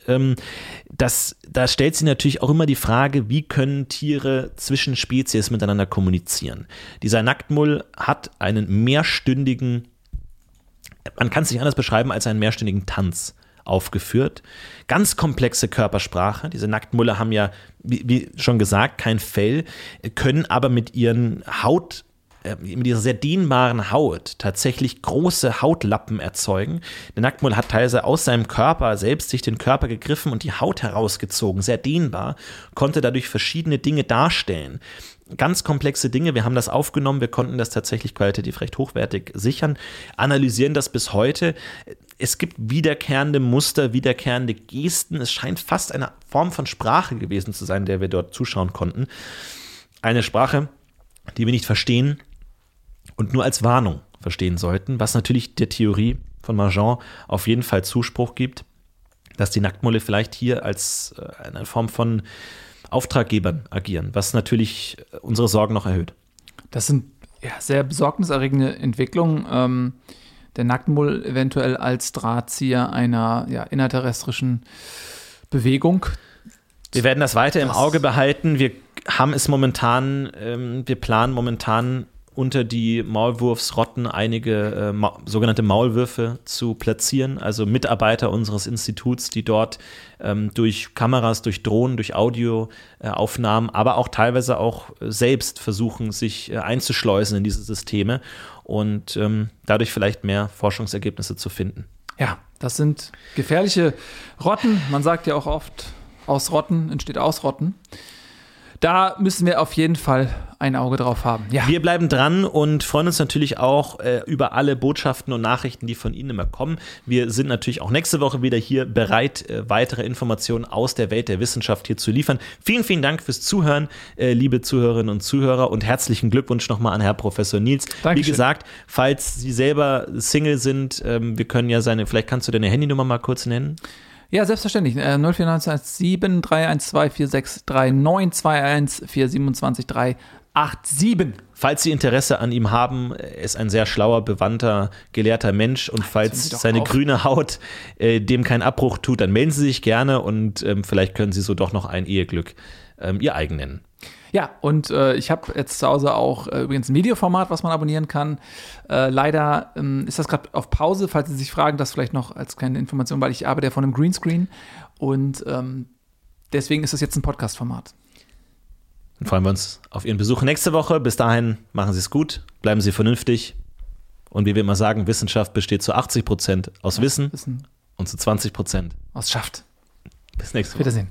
Da stellt sich natürlich auch immer die Frage, wie können Tiere zwischen Spezies miteinander kommunizieren. Dieser Nacktmull hat einen mehrstündigen, man kann es nicht anders beschreiben als einen mehrstündigen Tanz aufgeführt. Ganz komplexe Körpersprache. Diese Nacktmulle haben ja, wie schon gesagt, kein Fell, können aber mit dieser sehr dehnbaren Haut tatsächlich große Hautlappen erzeugen. Der Nacktmull hat teilweise aus seinem Körper selbst sich den Körper gegriffen und die Haut herausgezogen, sehr dehnbar, konnte dadurch verschiedene Dinge darstellen. Ganz komplexe Dinge, wir haben das aufgenommen, wir konnten das tatsächlich qualitativ recht hochwertig sichern, analysieren das bis heute. Es gibt wiederkehrende Muster, wiederkehrende Gesten, es scheint fast eine Form von Sprache gewesen zu sein, der wir dort zuschauen konnten. Eine Sprache, die wir nicht verstehen und nur als Warnung verstehen sollten, was natürlich der Theorie von Marjon auf jeden Fall Zuspruch gibt, dass die Nacktmulle vielleicht hier als eine Form von Auftraggebern agieren, was natürlich unsere Sorgen noch erhöht. Das sind sehr besorgniserregende Entwicklungen. Der Nacktmull eventuell als Drahtzieher einer innerterrestrischen Bewegung. Wir werden das weiter im Auge behalten. Wir haben es momentan, wir planen momentan unter die Maulwurfsrotten einige sogenannte Maulwürfe zu platzieren, also Mitarbeiter unseres Instituts, die dort durch Kameras, durch Drohnen, durch Audioaufnahmen, aber auch teilweise auch selbst versuchen, sich einzuschleusen in diese Systeme und dadurch vielleicht mehr Forschungsergebnisse zu finden. Ja, das sind gefährliche Rotten. Man sagt ja auch oft, aus Rotten entsteht Ausrotten. Da müssen wir auf jeden Fall ein Auge drauf haben. Ja. Wir bleiben dran und freuen uns natürlich auch über alle Botschaften und Nachrichten, die von Ihnen immer kommen. Wir sind natürlich auch nächste Woche wieder hier bereit, weitere Informationen aus der Welt der Wissenschaft hier zu liefern. Vielen, vielen Dank fürs Zuhören, liebe Zuhörerinnen und Zuhörer, und herzlichen Glückwunsch nochmal an Herr Professor Niels. Dankeschön. Wie gesagt, falls Sie selber Single sind, wir können ja vielleicht kannst du deine Handynummer mal kurz nennen. Ja, selbstverständlich. 04917 312 4639 427 387. Falls Sie Interesse an ihm haben, er ist ein sehr schlauer, bewandter, gelehrter Mensch, und falls seine grüne Haut dem keinen Abbruch tut, dann melden Sie sich gerne und vielleicht können Sie so doch noch ein Eheglück Ihr eigen nennen. Ja, und ich habe jetzt zu Hause auch übrigens ein Videoformat, was man abonnieren kann. Leider ist das gerade auf Pause, falls Sie sich fragen, das vielleicht noch als kleine Information, weil ich arbeite ja von einem Greenscreen und deswegen ist das jetzt ein Podcast-Format. Dann freuen wir uns auf Ihren Besuch nächste Woche. Bis dahin, machen Sie es gut, bleiben Sie vernünftig und wie wir immer sagen, Wissenschaft besteht zu 80% aus Wissen und zu 20% aus Schaft. Bis nächste Woche. Wiedersehen.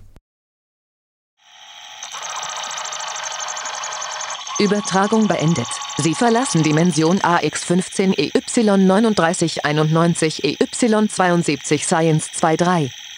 Übertragung beendet. Sie verlassen Dimension AX15 EY3991 EY72 Science 23.